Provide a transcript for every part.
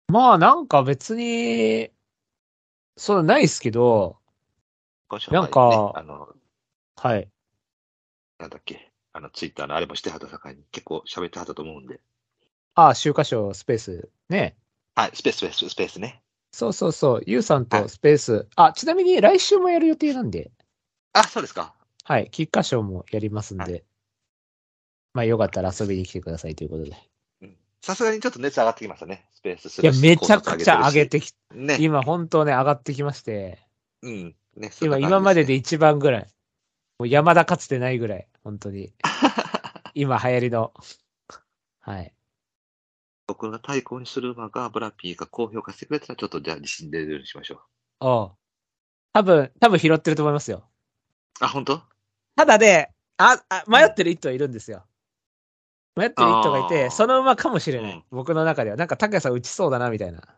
まあなんか別に、そんなないですけど、 今週なんはね、 か、はい。 なんだっけ、ツイッターのあれもしてはった境に結構喋ってはったと思うんで。 あ、週刊賞スペースね。 はい、スペースね。 そうそうそう。ゆうさんとはい。 スペース。あ、ちなみに来週もやる予定なんで、 あ、そうですか。 はい。菊花賞もやりますんはい。 で、まあよかったら遊び了解です。 に来てくださいということで。 うん。さすがにちょっと熱上がってきましたね。スペースすいや、 るし、 めちゃ高卒上げくちゃ上げてるし。 てき、 ね。 今本当ね、上がってきまして、 うん。ね、そんな感今じですね。 までで一番ぐらい、もう山田かつてないぐらい、本当に、今流行りの、はい。 僕が対抗にする馬がブラピーが高評価してくれたら、ちょっとじゃあ自信出るようにしましょおう。多分拾ってると思いますよ。 う。あ、本当？ ただね、迷っうん。 てる一頭いるんですよ。迷ってる一頭がいて、そあの馬かもしれあ。うない。 ん。 僕の中では。なんか、拓也さん打ちそうだな、みたいな。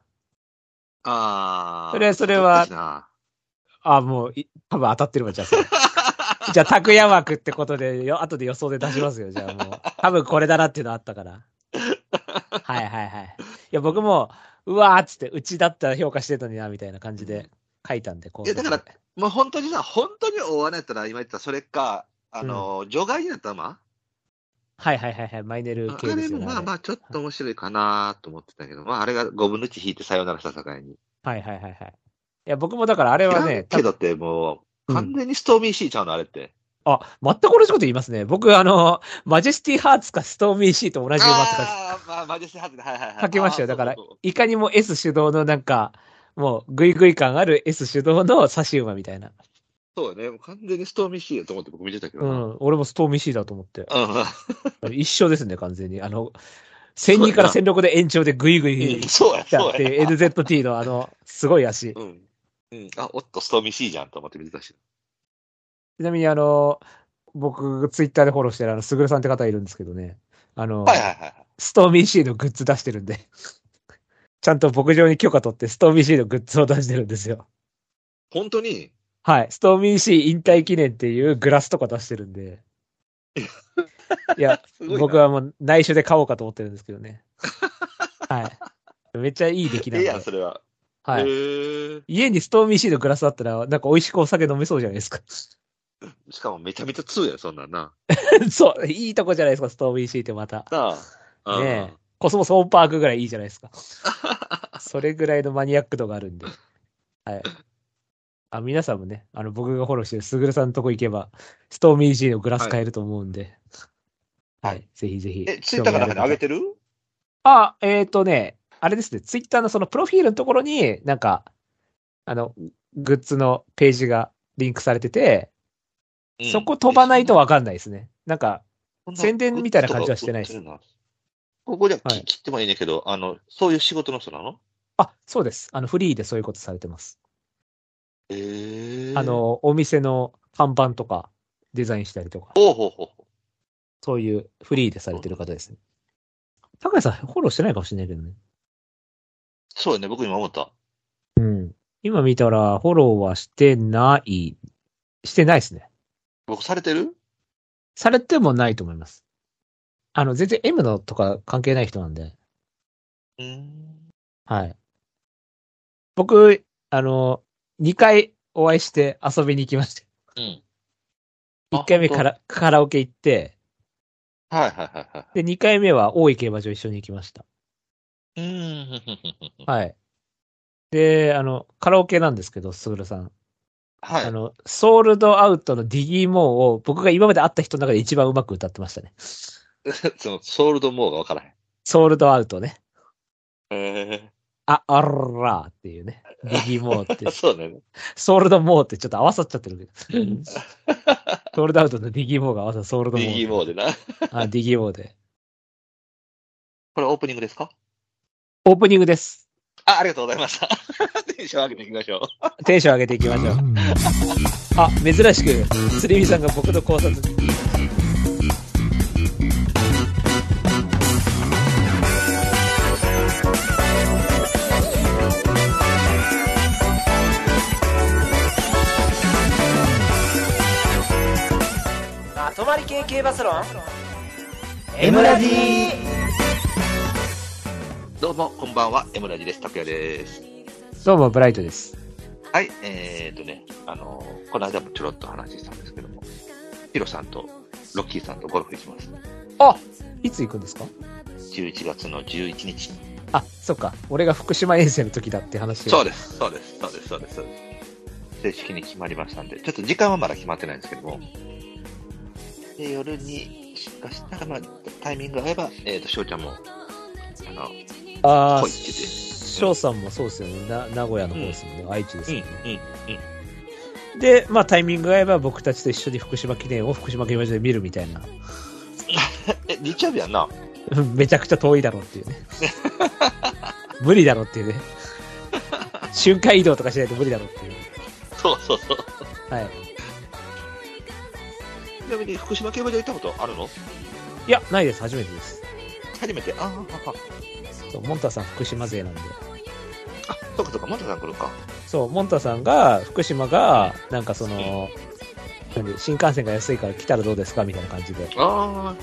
ああ、 それ外行ったは、 しな。 もう、多分当たってるわ、じゃあそれ。じゃあ、拓也枠ってことで、後で予想で出しますよ、じゃあもう。多分これだなっていうのあったから。はいはいはい。いや、 うん。 僕も、うわーっつって、うちだったら評価してたのにな、みたいな感じでうん。 書いたんで、考いや、だ察で。 から、もう本当にさ、本当に大穴やったら、今言ったそれか、 うん。 除外になった馬はいはいはいはい。マイネル系あれもですよね、あれ。 まあまあ、ちょっと面白いかなと思ってたけど、まあ、あれが5分の1引いてさよならした境に。 はいはいはいはい。いや、僕もだからあれ知らはね、 んけどってもう、 うん。 完全にストーミーシーちゃうの、あれって。 あ、全く同じこと言いますね。僕、マジェスティハーツかストーミーシーと同じ馬ってああ、まあ、マジェスティハーツで、はいはいはい。ああ、 書きましたよ。だから、 そうそうそいかにも S 主導のなんか、もう、グイグイ感ある S 主導の差し馬みたいな。 う。そうよね。もう完全にストーミーシーやと思って僕見てたけどな。 うん。俺もストーミーシーだと思って。 うん。 一緒ですね、完全に。1002からそうやな。 1006で延長でグイグうん、 イそうや、 来たっそうや。 ていう NZT のすごい足。 うん。うん。あ、おっと、ストーミーシーじゃんと思って見てたし。 ちなみに僕、ツイッターでフォローしてるすぐるさんって方いるんですけどね。 はいはいはいはい。 ストーミーシーのグッズ出してるんで。ちゃんと牧場に許可取ってストーミーシーのグッズを出してるんですよ。 本当に、 はい。ストーミーシー引退記念っていうグラスとか出してるんで。いや、 すごいな。 僕はもう内緒で買おうかと思ってるんですけどね。はい。めっちゃいい出来ええやん、 なんで。 それは。 はい。 へえ。 家にストーミーシーのグラスあったら、なんか美味しくお酒飲めそうじゃないですか。 しかもめちゃめちゃ通やん、そんなんな。 そう、いいとこじゃないですか、ストーミーシーってまた。 なあ。 ねうん。 え。コスモソーンパークぐらいいいじゃないですか。それぐらいのマニアック度があるんで。はい。皆さんもね、僕がフォローしてるすぐるさんのとこ行けば、ストーミーシーのグラスはい。 買えると思うんで。ははい。 い。ぜひぜひ、 え、ツイッ興ターかなんかに上げ味ある方。 てる？ あれですね、ツイッターのそのプロフィールのところに、なんか、あの、グッズのページがリンクされてて、 うん。 そこ飛え、 ばないとわかんないですね。なんか、 そんな宣伝グッみたいな感じはしズとか売ってないです。 てるな。ここじゃはい。 切ってもいいねんけど、そういう仕事の人なの？ あ、そうです。フリーでそういうことされてます。 ええ。 お店の看板とかデザインしたりとか、 ほうほうほうほう。 そういうフあ、 リーでされてそうなんだ。 る方ですね。高谷さん、フォローしてないかもしれないけどね。 そうよね、僕今思った。 うん。今見たら、フォローはしてないですね。 僕されてる？ されてもないと思います。全然 M のとか関係ない人なんで。 うーん。 はい。僕、2回お会いして遊びに行きました。 うん。あ、 1回本当？ 目からカラオケ行って、 はいはいはいはいはで、2回目は大井競馬場一緒に行きました。 い。うーん。ふんふんふんふん。 はい。で、カラオケなんですけど、すぐるさん。 はい。 ソールドアウトのディギーモーを僕が今まで会った人の中で一番うまく歌ってましたね。 その、ソールドモーがわからへソールドアウトね。 ん。えあらーっていうね。ディギーモーって。 そうだね。 ソールドモーってちょっと合わさっちゃってるけど。ソールドアウトとディギーモーが合わさるソールドモーってなって。 右モーでな。 ディギーモーで。 これオープニングですか？ オープニングです。 あ、ありがとうございました。テンション上げていきましょう。 テンション上げていきましょう。珍しく、釣り見さんが僕の考察に。まとまり系系バスロン M ラジどうも、こんばんは。Mラジです。拓也です。 どうも、ブライトです。 はい、この間もちょろっと話したんですけども、ヒロさんとロッキーさんとゴルフ行きます。 あ、いつ行くんですか？ 11月の11日。 あ、そっか。俺が福島遠征の時だって話を。 そうです。正式に決まりましたんで、ちょっと時間はまだ決まってないんですけども、で夜に出荷したら、まあ、タイミングが合えば、翔ちゃんも、 ああ、 来いって言って。 翔さんもそうですよね。名古屋の方ですもんね。愛知ですよね。 うん。 で、まあタイミングが合えば僕たちと一緒に福島記念を福島競馬場で見るみたいな。 日曜日やんな。 めちゃくちゃ遠いだろうっていうね。無理だろうっていうね。瞬間移動とかしないと無理だろうっていう。 そう。 はい。 ちなみに福島競馬場行ったことあるの？ いや、ないです。初めてです。 初めて。 そう、モンタさん福島勢なんで。 そうか、モンタさん来るか。 そう、モンタさんが、福島が、なんかその、なんで新幹線が安いから来たらどうですかみたいな感じで。はい。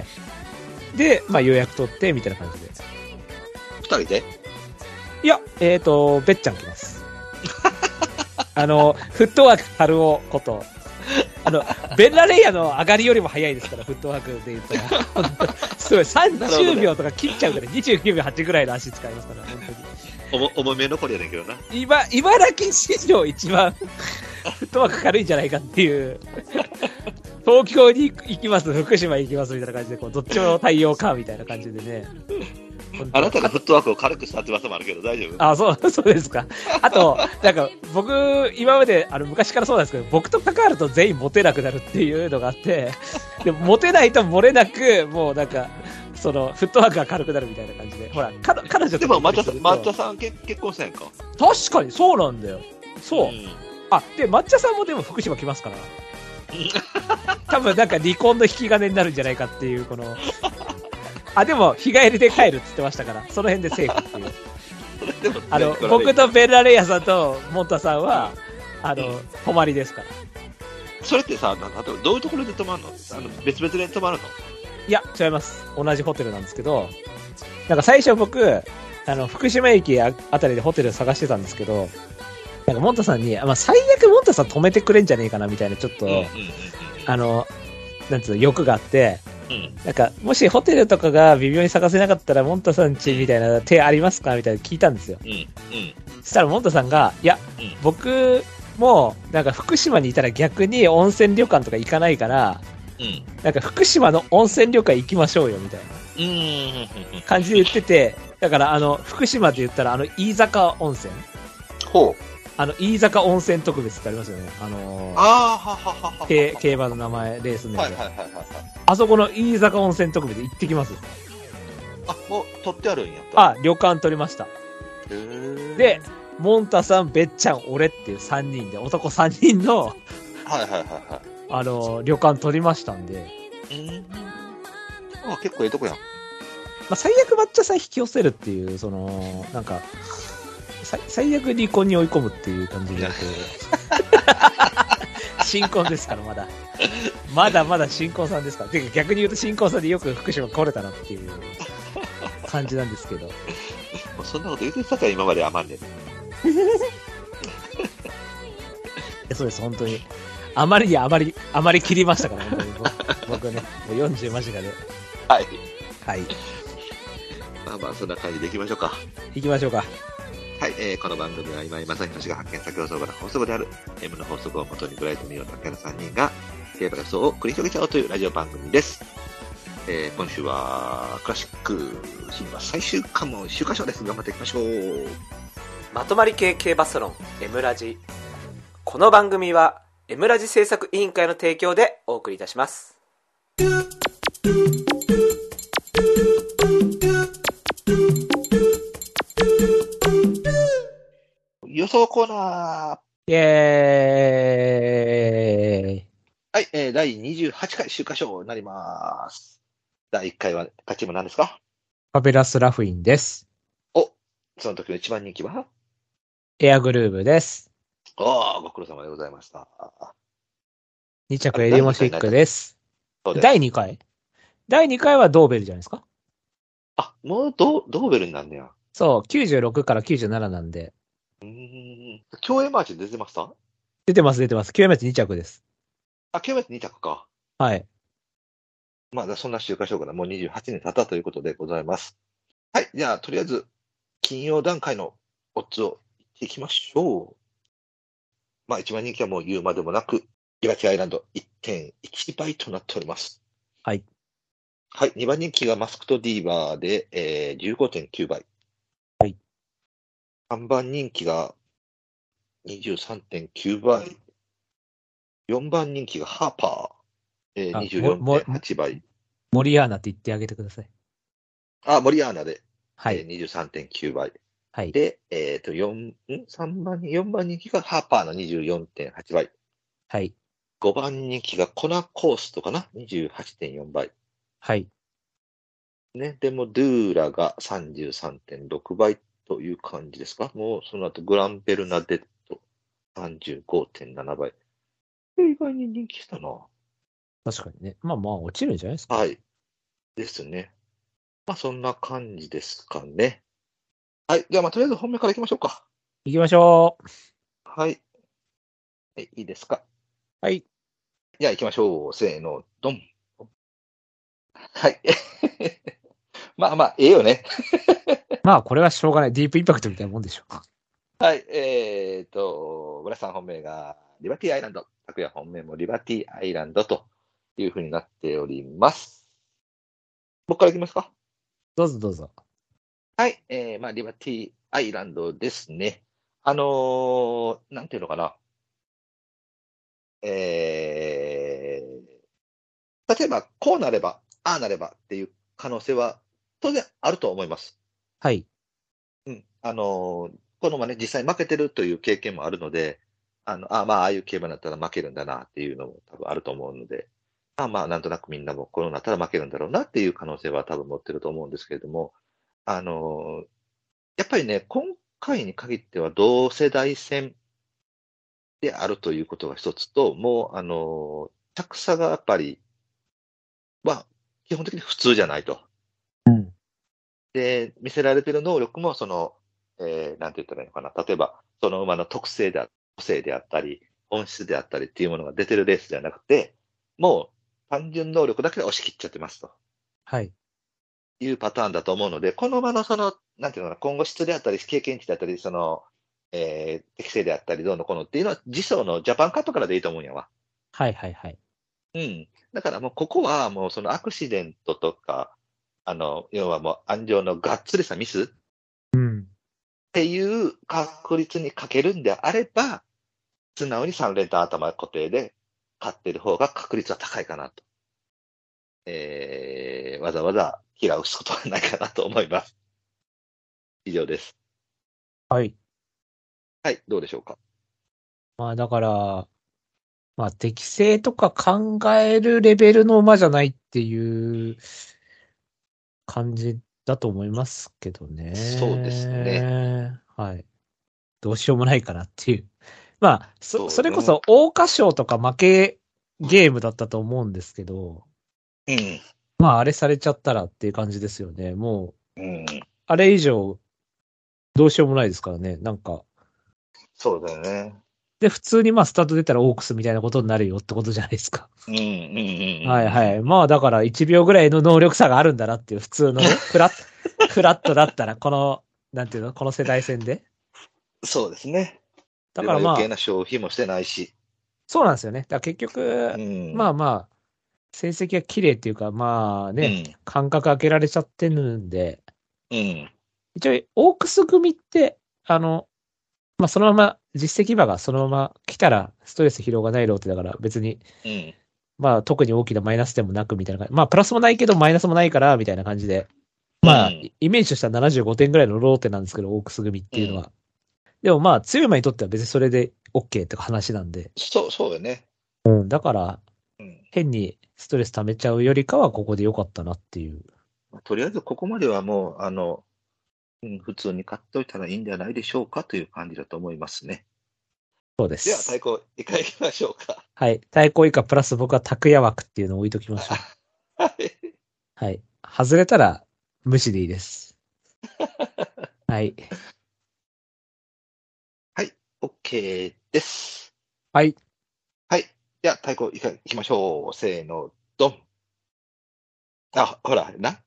で、まあ予約取って、みたいな感じで。 二人で？ いや、べっちゃん来ます。フットワーク春尾こと、ベンラレイヤの上がりよりも早いですから、フットワークで言ったら。すごい、30秒とか切っちゃうから、29秒8ぐらいの足使いますから、本当に。 重め残りやねんけどな。 茨城史上一番、フットワーク軽いんじゃないかっていう。東京に行きます、福島行きますみたいな感じで、こうどっちも対応かみたいな感じでね。 あなたがフットワークを軽くしたって噂もあるけど大丈夫？ あ、そうですか。あと、なんか僕、今まで昔からそうなんですけど、僕と関わると全員モテなくなるっていうのがあって、でもモテないと漏れなく、もうなんか、そのフットワークが軽くなるみたいな感じで、ほら、彼女とでも抹茶さん結婚したやんか。 確かにそうなんだよ。そう。あ、で、抹茶さんもでも福島来ますから。多分なんか離婚の引き金になるんじゃないかっていう、この、でも日帰りで帰るって言ってましたから、その辺でセーフっていう。僕とベンラレイヤさんとモンタさんは、泊まりですから。 それってさ、どういうところで泊まるの？別々で泊まるの？ いや、違います。同じホテルなんですけど、なんか最初僕、福島駅あたりでホテル探してたんですけど、なんかモンタさんに、まあ、最悪モンタさん止めてくれんじゃねえかなみたいな、ちょっと、なんつうの、欲があって、なんか、もしホテルとかが微妙に探せなかったら、モンタさん家みたいな手ありますかみたいな聞いたんですよ。そしたらモンタさんが、いや、僕も、なんか福島にいたら逆に温泉旅館とか行かないから、なんか福島の温泉旅館行きましょうよ、みたいな感じで言ってて、だから福島で言ったら、飯坂温泉。 ほう。 飯坂温泉特別ってありますよね。競馬の名前、レース名で。あそこの飯坂温泉特別行ってきます。 もう取ってあるんや。 旅館取りました。で、モンタさん、べっちゃん、俺っていう3人で、男3人の、旅館取りましたんで。 結構ええとこやん。 まあ、最悪抹茶さん引き寄せるっていう、なんか、最悪離婚に追い込むっていう感じで、新婚ですから、まだ新婚さんですから。てか逆に言うと新婚さんでよく福島来れたなっていう感じなんですけど。もうそんなこと言ってたから今まで甘んねん。 そうです、本当に。あまり切りましたから、本当に。僕ね、もう40間近で。 はい。 はい。 まあ、そんな感じでいきましょうか。 行きましょうか。 はい、この番組は今井正弘が発見した競走馬の法則である M の法則をもとにブライトにようなキャラ3人が競馬予想を繰り広げちゃおうというラジオ番組です。今週はクラシック新馬最終関門週刊賞です。頑張っていきましょう。 まとまり系競馬サロン M ラジ。この番組は M ラジ制作委員会の提供でお送りいたします。 予想コーナー。 イエーイ。 はい、第28回週刊賞になります。第1回は勝ち馬何ですか？ ファベラスラフィンです。 その時の一番人気はエアグルーヴです。 ご苦労様でございました。 2着エリモシックです。第2回はドーベルじゃないですか？ あ、もうドーベルになんねや。 そう、96から97なんで。 競泳マーチ出てました？ 出てます、出てます。QMH 2着です。 あ、競泳マーチ2着か。 はい。 まあ、そんな週刊賞からもう28年経ったということでございます。はい。じゃあ、とりあえず、金曜段階のオッズを言っていきましょう。まあ、一番人気はもう言うまでもなく、リバティアイランド 1.1 倍となっております。 はい。 はい。2番人気がマスクトディーバーで、15.9 倍。 はい。 3番人気が 23.9 倍。4番人気がハーパー、24.8 倍。 モリアーナって言ってあげてください。 あ、モリアーナで、 はい。 23.9 倍。 はい。 で、4番人気がハーパーの 24.8 倍。 はい。 5番人気がコナコーストかな ?28.4 倍。 はい。 ね。でも、ドゥーラが 33.6 倍という感じですか？もう、その後、グランベルナデット 35.7 倍。意外に人気したな。 確かにね。まあまあ、落ちるんじゃないですか。 はい。ですね。まあ、そんな感じですかね。はい。じゃあ、とりあえず本命から行きましょうか。 行きましょう。 はい。いいですか？ はい。 じゃあ行きましょう。せーの、ドン。はい。まあまあ、ええよね。 まあ、これはしょうがない。ディープインパクトみたいなもんでしょ。 はい。村さん本命がリバティアイランド。拓也本命もリバティアイランドというふうになっております。僕から行きますか？ どうぞどうぞ。 はい。リバティアイランドですね。なんていうのかな。例えば、こうなれば、ああなればっていう可能性は当然あると思います。 はい。 うん。このままね、実際負けてるという経験もあるので、ああいう競馬だったら負けるんだなっていうのも多分あると思うので、なんとなくみんなもこうなったら負けるんだろうなっていう可能性は多分持ってると思うんですけれども、あの、やっぱりね、今回に限っては同世代戦であるということが一つと、もう、着差がやっぱり、基本的に普通じゃないと。 うん。 で、見せられている能力も、なんて言ったらいいのかな。例えば、その馬の特性個性であったり、本質であったりっていうものが出てるレースではなくて、もう単純能力だけで押し切っちゃってますとはい。 いうパターンだと思うので、この馬のなんていうのかな、今後質であったり、経験値であったり、適性であったり、どうのこうのっていうのは、次走のジャパンカップからでいいと思うんやわ。 はいはいはい。 うん。だからもうここはもうそのアクシデントとか、要はもう安城のがっつりしたミスっうん。 ていう確率にかけるんであれば、素直に3連単頭固定で勝ってる方が確率は高いかなと。わざわざ気が打つことはないかなと思います。以上です。 はい。 はい、どうでしょうか。 まあだから、まあ適正とか考えるレベルの馬じゃないっていう感じだと思いますけどそうですね。 ね。はい。どうしようもないかなっていう。まあ、それこそ、 そうね。 桜花賞とか負けゲームだったと思うんですけど、 うん。 まあ、あれされちゃったらっていう感じですよね。もう、 うん。 あれ以上、どうしようもないですからね。なんか。 そうだよね。 で、普通にまあ、スタート出たらオークスみたいなことになるよってことじゃないですか。 うん、うん、うん、うん。 はいはい。まあ、だから1秒ぐらいの能力差があるんだなっていう、普通のね、フラットだったら、この、なんていうの、この世代戦で。 そうですね。で、余計だからまあ、 な消費もしてないし。 そうなんですよね。だから結局、 うん。 まあまあ、成績が綺麗っていうか、まあね、 うん。 間隔空けられちゃってるんで、 うん。 一応、オークス組って、まあそのまま、実績馬がそのまま来たら、ストレス疲労がないローテだから、別に、 うん。 まあ特に大きなマイナス点もなくみたいな感じ。まあプラスもないけど、マイナスもないから、みたいな感じで。まあ、 うん。 イメージとしては75点ぐらいのローテなんですけど、オークス組っうん。 ていうのは。でもまあ、強い馬にとっては別にそれで OK って話なんで。 そうよね。 うん、だから、 うん。 変にストレス溜めちゃうよりかは、ここで良かったなっていう。 とりあえずここまではもう、普通に買っておいたらいいんではないでしょうかという感じだと思いますね。 そうででは、太す。 鼓、いかがいきましょうか。 はい。対抗以下プラス僕は拓也枠っていうのを置いときましょう。 はい。 はい。外れたら、 無視でいいです。はい。 はい、OK です。 はい。 はい。じゃあ、太鼓いきましょう。せーの、ドン。あ、ほら、な。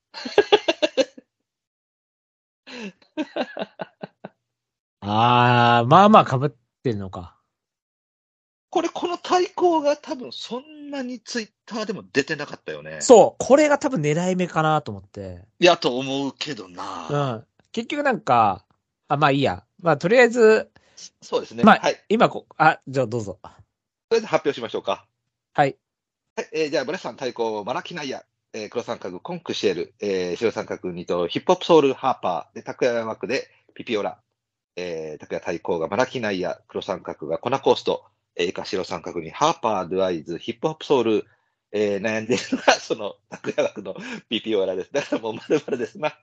あー、まあまあ被ってるのか。 この対抗が多分そんなにツイッターでも出てなかったよね。 そう、これが多分狙い目かなと思って。 いや、と思うけどうな。 ん。結局なんか、まあいいや。まあとりあえず、 そうですね。 まあ、 はい。と今じゃあどうぞ。 りあえず発表しましょうか。 はい。 はい。じゃあ、ブレスさん対抗、マラキナイヤ。黒三角、コンクシエル。白三角、二頭、ヒップホップソウル、ハーパー。で、拓也枠で、ピピオラ。拓也対抗がマラキナイヤ。黒三角がコナコースト。以下白三角にハーパー、ドゥアイズ、ヒップホップソウル。悩んでいるのが、その、拓也枠のピピオラです。だからもう丸々ですな。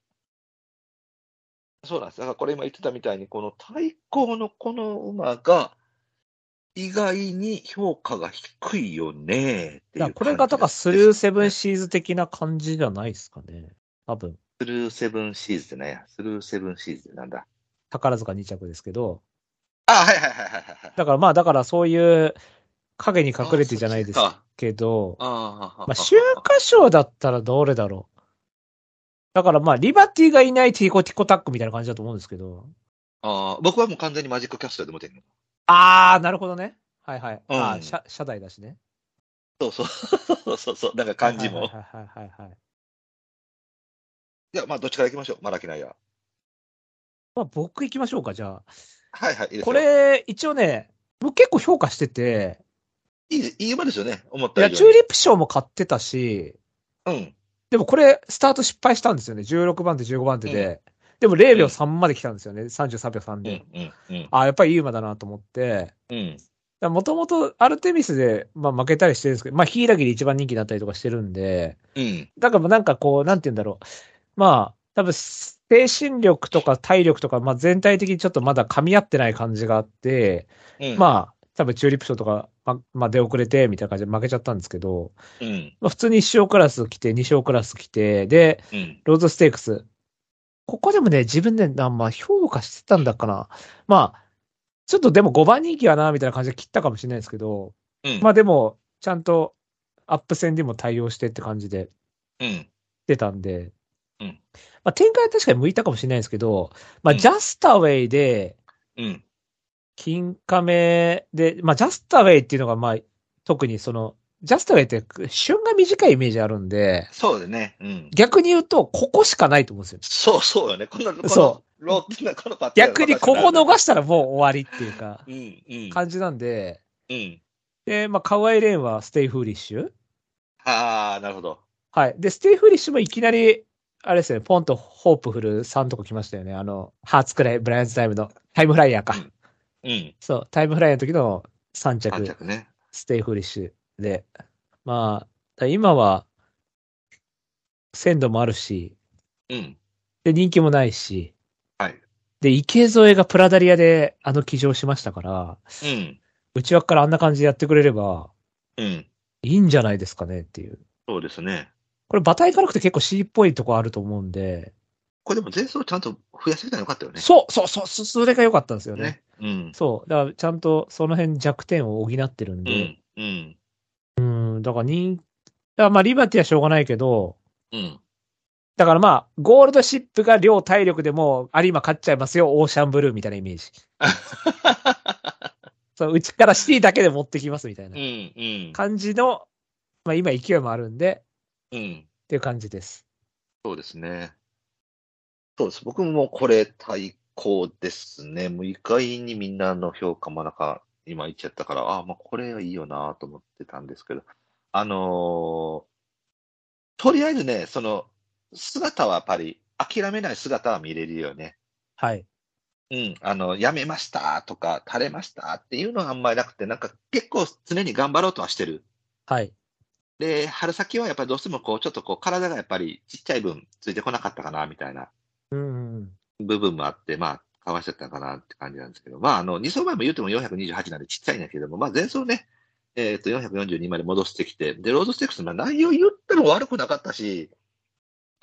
そうなんです。だからこれ今言ってたみたいに、この対抗のこの馬が、意外に評価が低いよねっていうこれが、 感じなんだからスですルーセブンね。 シーズ的な感じじゃないですかね。多分。 スルーセブンシーズってね、スルーセブンシーズってなんだ。 宝塚2着ですけど。 あ、はいはいはいはいはい。 だからそういう影に隠ああ、 れてそっじゃないですちか。 けど、 ああ、ははまあ、 は秋は。 華賞だったらどれだろう。だからまあ、リバティがいないティコティコタックみたいな感じだと思うんですけど。 ああ、僕はもう完全にマジックキャストでもてんの。 なるほどね。はいはい。 うん。 社題だしね。 そうそう。そうそうそう。なんかはい感じも。 はいはいはいはいはいはい。 いや、まあ、どっちから行きましょう。マラキナイヤ。 まあ、僕行きましょうか、じゃあ。 はいはい、いいですこよ。 れ、一応ね、僕結構評価してて、 いい馬ですよね。思っいや、 た以上に。 チューリップ賞も買ってたし、 うん。 でもこれ、スタート失敗したんですよね。16番手、15番手うん。 で。でも0秒うん。 3まで来たんですよね。33秒3で。 うん。うん。うん。 やっぱりいい馬だなと思って、 うん。 もともとアルテミスで、まあ負けたりしてるんですけど、まあヒイラギで一番人気になったりとかしてるんで、 うん。 だからなんかこう、なんて言うんだろう。まあ、多分精神力とか体力とか、まあ全体的にちょっとまだ噛み合ってない感じがあって、 うん。 まあ、多分チューリップ賞とか、まあ出遅れて、みたいな感じで負けちゃったんですけど、 うん。 まあ普通に1勝クラス来て、2勝クラス来て、で、 うん。 ローズステークス。ここでもね、自分で、まあ評価してたんだかな。まあ、ちょっとでも5番人気はな、みたいな感じで切ったかもしれないですけど、 うん。 まあでも、ちゃんとアップ戦でも対応してって感じでうん。 出たんで、 うん。 まあ展開は確かに向いたかもしれないですけど、まあジうん。 ャスタウェイで、 うん。 金亀で、まあジャスタウェイっていうのがまあ、特にその、ジャスタウェイって旬が短いイメージあるんで、 そうだね。うん。 逆に言うと、ここしかないと思うんですよ。 そうよね。 そう。 ローティナ、このパターン、 逆にここパターンしかないよね。 逃したらもう終わりっていうか、 うん、うん、 感じなんで、 うん。 で、まあ、カワイレーンはステイフーリッシュ。 ああ、なるほど。 はい。で、ステイフーリッシュもいきなり、あれですね、ポンとホープフル3とか来ましたよね。ハーツくらい、ブライアンズタイムの、タイムフライヤーか。 うん、うん。 そう、タイムフライヤーの時の3 3 着、 着ね。 ステイフーリッシュで。まあ、今は、鮮度もあるし、 うん。 で、人気もないし、 はい。 で、池添がプラダリアで騎乗しましたから、 うん、 内枠からあんな感じでやってくれれば、 うん。 いいんじゃないですかねっていう。 そうですね。 これ馬体軽くて結構 C っぽいとこあると思うんで、 これでも前走ちゃんと増やしてきたらよかったよね。 それが良かったんですよね。 ね。うん。 そう。だからちゃんとその辺弱点を補ってるんで、 うん、うん、 だからまあリバティはしょうがないけど、 うん。 だからまあ、ゴールドシップが両体力でも有馬勝っちゃいますよ、オーシャンブルーみたいなイメージ。そう、内から C だけで持ってきますみたいなうん、うん、 感じの、まあ今勢いもあるんで、 うん。 っていう感じです。 そうですね。そうです。僕もこれ対抗ですね。もう意外にみんなの評価もなんか今言っちゃったから、まあこれはいいよなと思ってたんですけど、あのーとりあえずね、その姿はやっぱり諦めない姿は見れるよね。 はい。 うん、やめましたとか、垂れましたっていうのはあんまりなくて、なんか結構常に頑張ろうとはしてる。 はい。 で、春先はやっぱりどうしてもこう、ちょっとこう、体がやっぱりちっちゃい分ついてこなかったかな、みたいなうん。 部分もあって、まあ、かわしちゃったのかなって感じなんですけど、まあ、2走前も言うても428なんでちっちゃいんだけども、まあ、前走ね、442まで戻してきて、で、ロードステークスの内容言っても悪くなかったし、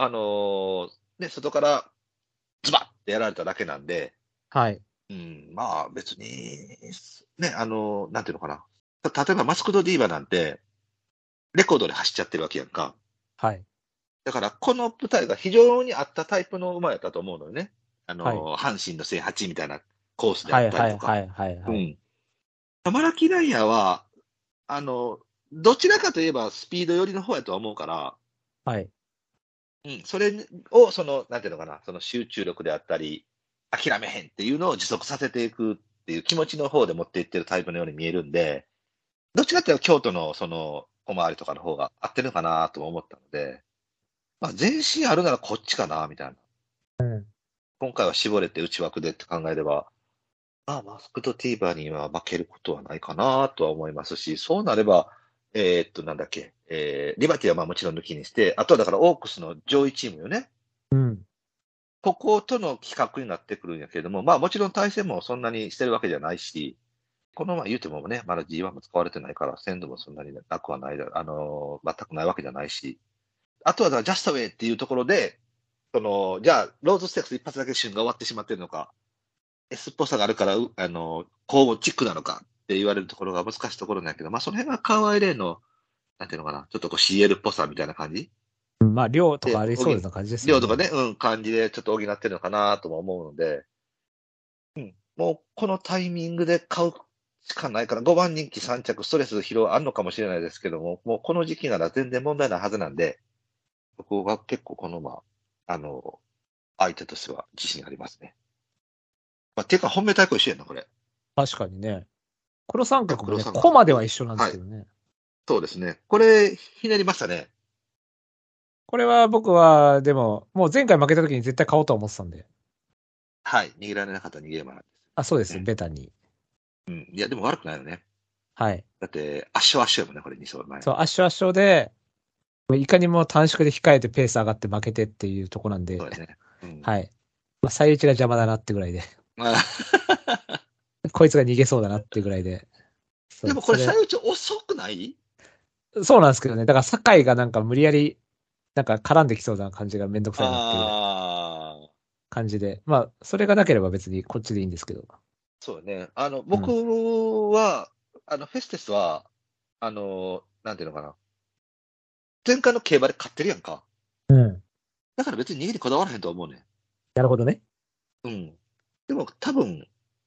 ね、外からズバッってやられただけなんで、 はい。 まあ別に、ね、なんていうのかな。例えばマスクドディーバなんて、レコードで走っちゃってるわけやんか。 はい。 だから、この舞台が非常に合ったタイプの馬やったと思うのよね。 はい。 阪神の1008みたいなコースであはい。はい。 ったりとか。 はい。はい。はい。 うん。マラキライヤーは、あの、どちらかといえばスピード寄りの方やとは思うから、 はい。 それを、なんていうのかな、その集中力であったり、諦めへんっていうのを持続させていくっていう気持ちの方で持っていってるタイプのように見えるんで、どっちかっていうと京都の小回りとかの方が合ってるのかなと思ったので、まあ、前進あるならこっちかな、みたいな。 うん。 今回は絞れて内枠でって考えれば、まあ、マスクとティーバーには負けることはないかなとは思いますし、そうなれば、なんだっけ、リバティはまあもちろん抜きにして、あとはだからオークスの上位チームよね。 うん。 こことの企画になってくるんやけれども、まあもちろん対戦もそんなにしてるわけじゃないし、このまま言うてもね、まだ G1 も使われてないから、鮮度もそんなになくはないだ、全くないわけじゃないし、あとはだからジャストウェイっていうところで、じゃあ、ローズステークス一発だけ旬が終わってしまってるのか、S っぽさがあるから、交互チックなのかって言われるところが難しいところなんやけど、まあその辺がカーワイレーの、なんていうのかな、ちょっとこう CL っぽさみたいな感じまあ、量とかで、 ありそうな感じですよね。 量とかね、感じでちょっと補ってるのかなとも思うので、もうこのタイミングで買うしかないから、5番人気3着、ストレス疲労あるのかもしれないですけども、もうこの時期なら全然問題ないはずなんで、僕は結構この相手としては自信ありますね。ていうか、本命対抗一緒やな、これ。 確かにね。黒三角もね、 黒三コマでは一緒なんではい。 すけどね。 そうですね。これ、ひねりましたね。 これは僕は、でも、もう前回負けた時に絶対買おうと思ってたんで。 はい。逃げられなかった逃げ馬なんあ、そうです、 ですね。 ベタに。 いや、でも悪くないよね。 はい。 だって、圧勝圧勝やもんね、これ2走前そう、 の。 圧勝圧勝で、いかにも短縮で控えてペース上がって負けてっていうとこなんで、 そうですね。 はい。まあ、最打ちが邪魔だなってぐらいで、 まあこいつが逃げそうだなってぐらいで、そう、 でもこれ、最内遅くない？ そうなんですけどね。だから、酒井がなんか無理やり、なんか絡んできそうな感じがめんどくさいなっていうああ、 感じで。まあ、それがなければ別にこっちでいいんですけど。 そうね。僕うん。 は、フェステスは、なんていうのかな。前回の競馬で勝ってるやんか。 うん。 だから別に逃げにこだわらへんと思うね。 なるほどね。 うん。でも多分、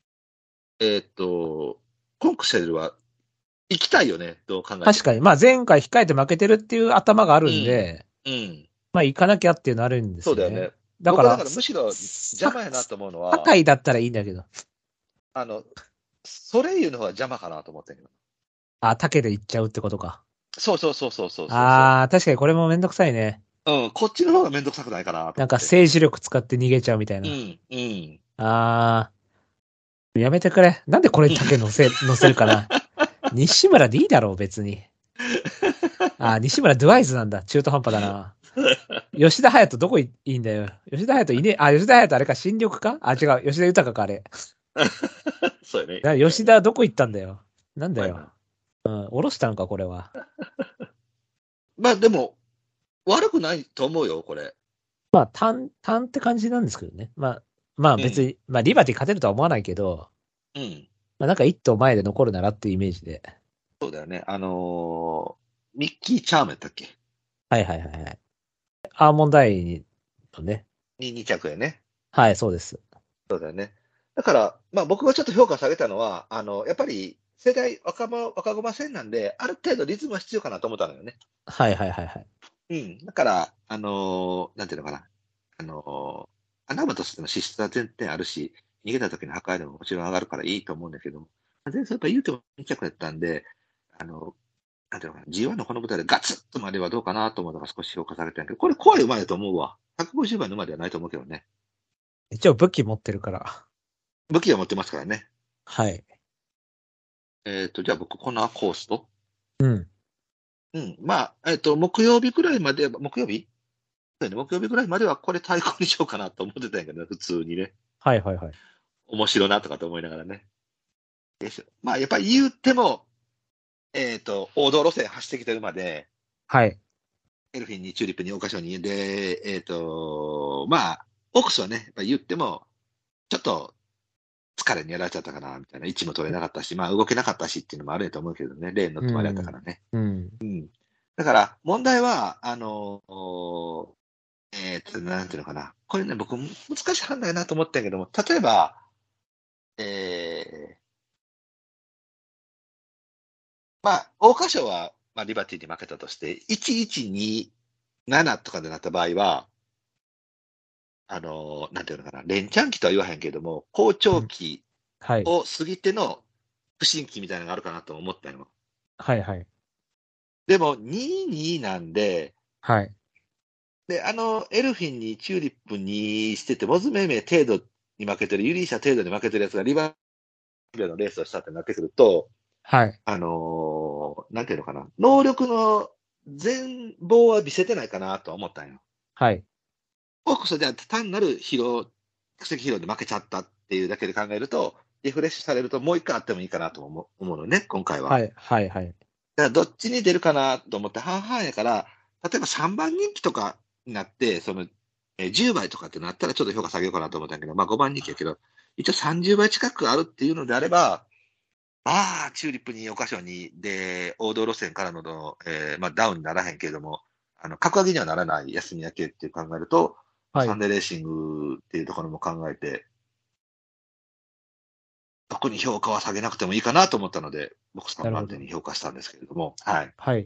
コンクセルは行きたいよね。どう考えても。 確かに、まあ前回控えて負けてるっていう頭があるんうん。 で、 うん。 まあ行かなきゃっていうのあるんですよね。 そうだよね。 だから、 僕はだからむしろ邪魔やなと思うのは、 酒井だったらいいんだけど。 あの、ソレイユの方が邪魔かなと思ってんけど。 あ、竹で行っちゃうってことか。 そうそうそうそうそうそうそああ、確かにこれもめんどくさいね。 う。こっちの方がめんどくさくないかなとなんか思って。 政治力使って逃げちゃうみたいな。 うん、うん。 ああ、やめてくれ。なんでこれに竹乗せるかな。西村でいいだろう、別に。ああ、西村ドゥワイズなんだ。中途半端だな。吉田隼人どこいいんだよ。吉田隼人いねえ。あ、吉田隼人あれか、新緑かあ、違う。吉田豊かあれ。 そうやね。 吉田どこ行ったんだよ。なんだよ。 まあな。 うん、下ろしたのか、これは。 まあでも、悪くないと思うよ、これ。 まあ、単って感じなんですけどね。まあうん。 別に、まあリバティ勝てるとは思わないけど、 うん。 まあなんか一頭前で残るならっていうイメージで。 そうだよね。ミッキー・チャームやったっけはいはいはいはい。アーモンドアイに、とね。 に2着やね。 はい、そうです。 そうだよね。だから、まあ僕がちょっと評価下げたのは、やっぱり世代若駒戦なんで、ある程度リズムは必要かなと思ったのよね。 はいはいはいはい。 うん。だから、なんていうのかな。穴馬としての資質は全然あるし、逃げた時の破壊力ももちろん上がるからいいと思うんだけども、全然やっぱ言うても2着やったんで、あの、なんていうのかな、G1 のこの舞台でガツッとまではどうかなと思うのが少し評価されてるけど、これ怖い馬だと思うわ。150倍の馬ではないと思うけどね。 一応武器持ってるから。 武器は持ってますからね。 はい。 じゃあ僕、このコースと、 うん。 うん、まあ、木曜日くらいまで、木曜日そうね、木曜日くらいまではこれ対抗にしようかなと思ってたんやけどね、普通にね。 はいはいはい。 面白いなとかと思いながらね。まあ、やっぱり言っても、王道路線走ってきてるまで、 はい。 エルフィンにチューリップに桜花賞に、で、まあ、オークスはね、やっぱり言っても、ちょっと疲れにやられちゃったかな、みたいな。位置も取れなかったし、まあ動けなかったしっていうのもあると思うけどね、レーン乗ってもあれやったからね。だから、問題は、なんていうのかな。これね、僕、難しい判断やなと思ったけども、例えば、まあ、桜花賞は、まあ、リバティに負けたとして、1127とかでなった場合は、なんていうのかな、連チャン期とは言わへんけれども、好調期を過ぎての不振期みたいなのがあるかなと思ったよ。 はいはい。 でも、2-2なんで、 はい。 で、エルフィンにチューリップにしてて、モズメイメイ程度に負けてる、ユリーシャ程度に負けてるやつがリバティのレースをしたってなってくると、 はい。 なんていうのかな、能力の全貌は見せてないかなとは思ったんよ。 はい。 オークスでは単なる奇跡疲労で負けちゃったっていうだけで考えると、リフレッシュされるともう一回あってもいいかなと思うのね、今回は。 はい。はい。はい。 だからどっちに出るかなと思って半々やから、例えば3番人気とかになって、10倍とかってなったらちょっと評価下げようかなと思ったんだけど、まあ5番人気やけど、一応30倍近くあるっていうのであれば、チューリップに桜花賞に、で、王道路線からの、まあダウンにならへんけれども、格上げにはならない休み明けって考えると、 はい。 サンデーレーシングっていうところも考えて、特に評価は下げなくてもいいかなと思ったので、僕3番手に評価したんですけれども、はい。 はい。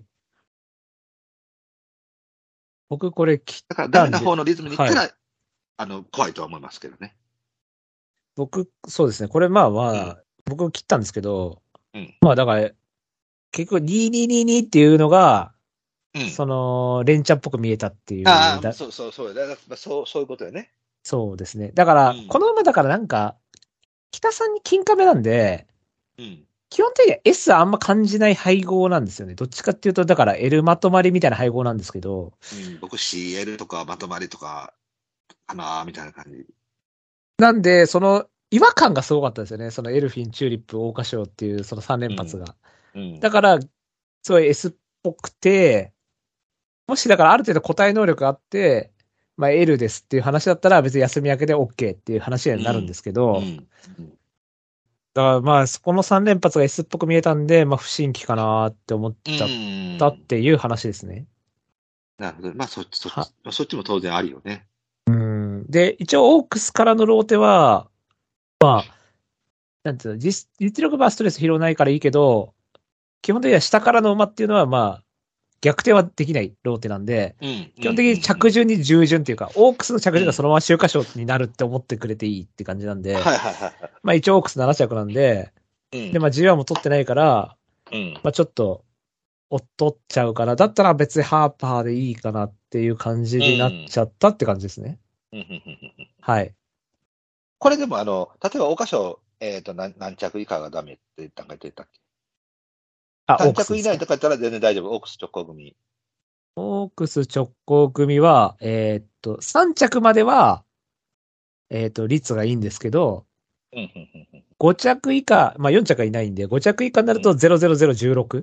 僕これだからダメな方のリズムに行ったら、怖いとは思いますけどね。 僕、そうですね。これまあまあ、僕切ったんですけど、まあだから、結局2222っていうのが、連チャンっぽく見えたっていう。 そういうことよね。 そうですね。だから、この馬だからなんか、北さんに金亀なんで、基本的には S あんま感じない配合なんですよね。どっちかっていうと、だから L まとまりみたいな配合なんですけど。 僕 CL とかまとまりとか、かなみたいな感じ。 なんで、違和感がすごかったですよね。そのエルフィン、チューリップ、桜花賞っていうその3連発が。だから、すごい S っぽくて、もしだからある程度個体能力があって、まあ L ですっていう話だったら別に休み明けで OK っていう話になるんですけど、だからまあそこの3連発が S っぽく見えたんで、まあ不審期かなって思っちゃったっていう話ですね。 なるほど。まあそっちも当然あるよね。 で、一応オークスからのローテは、まあ、なんていうの、実力はストレス疲労ないからいいけど、基本的には下からの馬っていうのはまあ、逆転はできないローテなんで、基本的に着順に従順っていうか、オークスの着順がそのまま秋華賞になるって思ってくれていいって感じなんで、まあ一応オークス7着なんで、で、まあ G1 も取ってないから、まあちょっと、取っちゃうから、だったら別にハーパーでいいかなっていう感じになっちゃったって感じですね。はい。 これでも例えば桜花賞、何着以下がダメって考えてたっけ？3着以内とかやったら全然大丈夫。オークス直行組。 オークス直行組は、3着までは、率がいいんですけど、5着以下、まあ4着はいないんで、5着以下になると00016。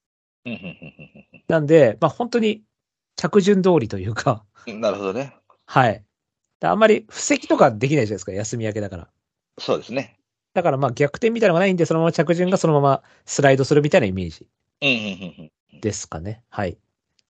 なんで、まあ本当に着順通りというか。 なるほどね。 はい。あんまり布石とかできないじゃないですか、休み明けだから。 そうですね。 だからまあ逆転みたいなのがないんで、そのまま着順がそのままスライドするみたいなイメージ。ですかね。はい。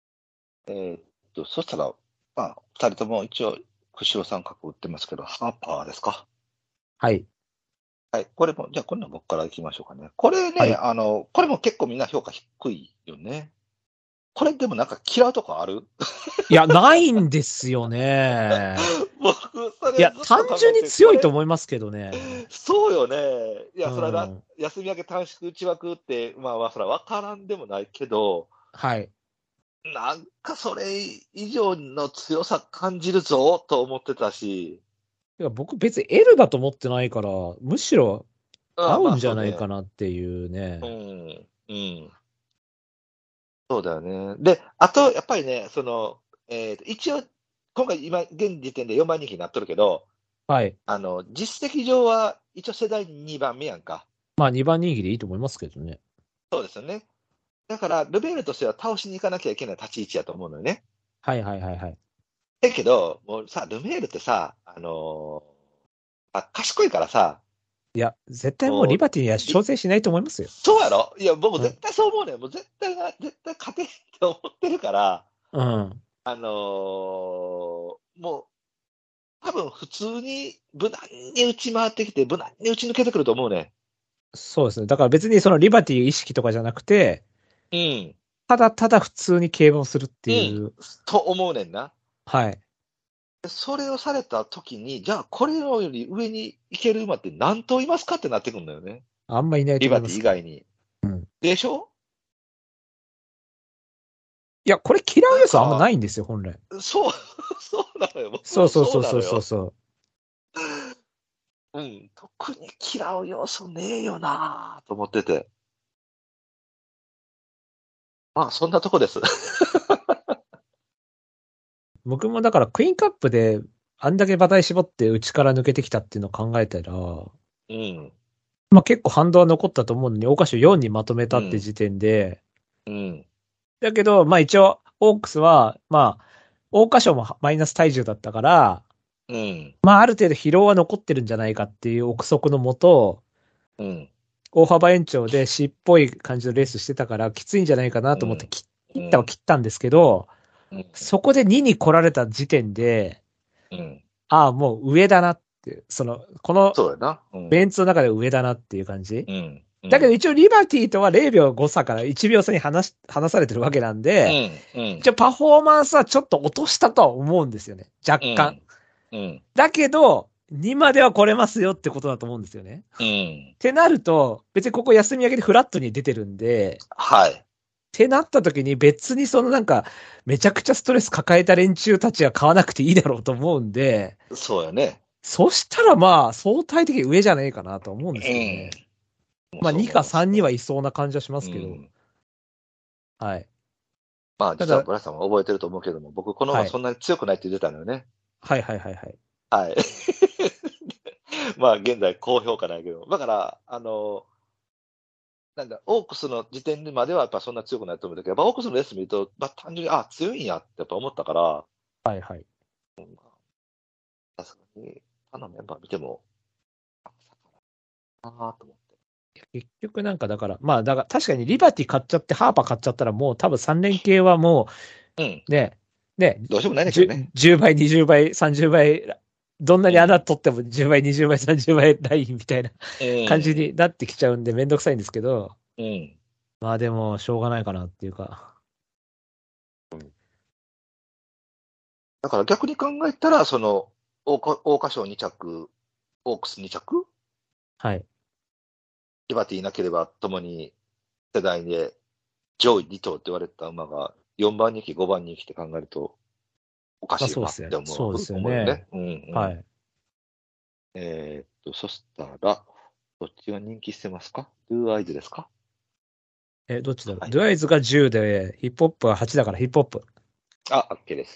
そしたら、まあ、2人とも一応、釧路三角打ってますけど、ハーパーですか？ はい。 はい。これも、じゃあ、今度は僕から行きましょうかね。これね、これも結構みんな評価低いよね。これでもなんか嫌うとこある？ いや、ないんですよね。 僕、それいや、単純に強いと思いますけどね。 そうよね。いや、それは、休み明け短縮内枠って、まあ、それは分からんでもないけど、 はい。 なんかそれ以上の強さ感じるぞと思ってたし。 いや僕別に L だと思ってないから、むしろ合うんじゃないかなっていうね。 そうだよね。で、あと、やっぱりね、一応、今回現時点で4番人気になっとるけど、 はい。 実績上は一応世代2番目やんか。 まあ2番人気でいいと思いますけどね。 そうですよね。だから、ルベールとしては倒しに行かなきゃいけない立ち位置やと思うのよね。 はいはいはいはい。 だけど、もうさ、ルメールってさ、賢いからさ、 いや、絶対もうもう、 リバティには挑戦しないと思いますよ。 そうやろいや、僕もうん。 絶対そう思うねん。もう絶対勝てんって思ってるから、 うん。 もう、多分普通に無難に打ち回ってきて、無難に打ち抜けてくると思うねそうですね。だから別にそのリバティ意識とかじゃなくて、 ん。うん。 ただただ普通に競馬をするってうん。 いう。 と思うねんな。 はい。 それをされた時に、じゃあこれより上に行ける馬って何頭いますかってなってくるんだよね。 あんまいないとリバティ思いますけど。 以外に。 うん。 でしょいや、これ嫌う要素あんまなんか、 ないんですよ、本来。 そう、そうなのよ。僕そうもそうそうそうそうなのよ。 そうそう。 うん。特に嫌う要素ねえよなぁと思ってて。まあ、そんなとこです。 僕もだからクイーンカップであんだけ馬体絞って内から抜けてきたっていうのを考えたら、 うん。 まあ結構反動は残ったと思うのに、桜花賞4にまとめたってうん。 時点で、 うん。 だけど、まあ一応、オークスは、まあ、桜花賞もマイナス体重だったから、 うん。 まあある程度疲労は残ってるんじゃないかっていう憶測のもと、 うん。 大幅延長で C っぽい感じのレースしてたからきついんじゃないかなと思ってうん。 切ったは切ったんですけど、 うん。 そこで2に来られた時点で、 うん。 ああ、もう上だなって、このそうやな。うん。 メンツの中で上だなっていう感じ。 うん。うだけどん。 一応リバティとは0秒誤差から1秒差に離されてるわけなんで、 うん。うん。 一応パフォーマンスはちょっと落としたとは思うんですよね。若干。 うん。うん。 だけど、2までは来れますよってことだと思うんですよね。 うん。 ってなると、別にここ休み明けでフラットに出てるんで、 はい。 ってなった時に別になんか、めちゃくちゃストレス抱えた連中たちは買わなくていいだろうと思うんで、 そうやね。 そしたらまあ、相対的に上じゃねえかなと思うんうですけどね。 ん。もうまあ、 そう 2か思います 3にはいね。 そうな感じはしますけど、 うん。 はい。 まあ、 ただ、 実はブラさんは覚えてると思うけども、僕、この馬はい。 そんなに強くないって言ってたのよね。 はいはいはいはい。 はい。まあ、現在、高評価ないけど。だから、なんだ、オークスの時点まではやっぱそんな強くないと思うんだけど、やっぱオークスのレース見ると、まあ、単純に、あ、強いんやってやっぱ思ったから、 はいはい。 確かに、他のメンバー見ても、ああと思って。 結局なんかだから、まあだから確かにリバティ買っちゃってハーパー買っちゃったらもう多分3連携はもうん。 うね、 どうしようもないんだけどね。 10倍、20倍、30倍、どんなに穴うん。 取っても10倍、20倍、30倍ラインみたいなう感じん。 になってきちゃうんでめんどくさいんですけど、 うん。 まあでもしょうがないかなっていうか。 だから逆に考えたら、桜花賞2着、オークス2着、 はい。 リバティいなければ共に世代で上位2頭って言われた馬が4番人気、5番人気って考えるとおかまあしいそうですよ。 なってそうですよね。 思うよね。うんうん。 はい。 そしたら、どっちが人気してますか？ドゥーアイズですか？ どっちだろう。 はい。 ドゥアイズが10で、ヒップホップは8だからヒップホップ。 あ、OK です。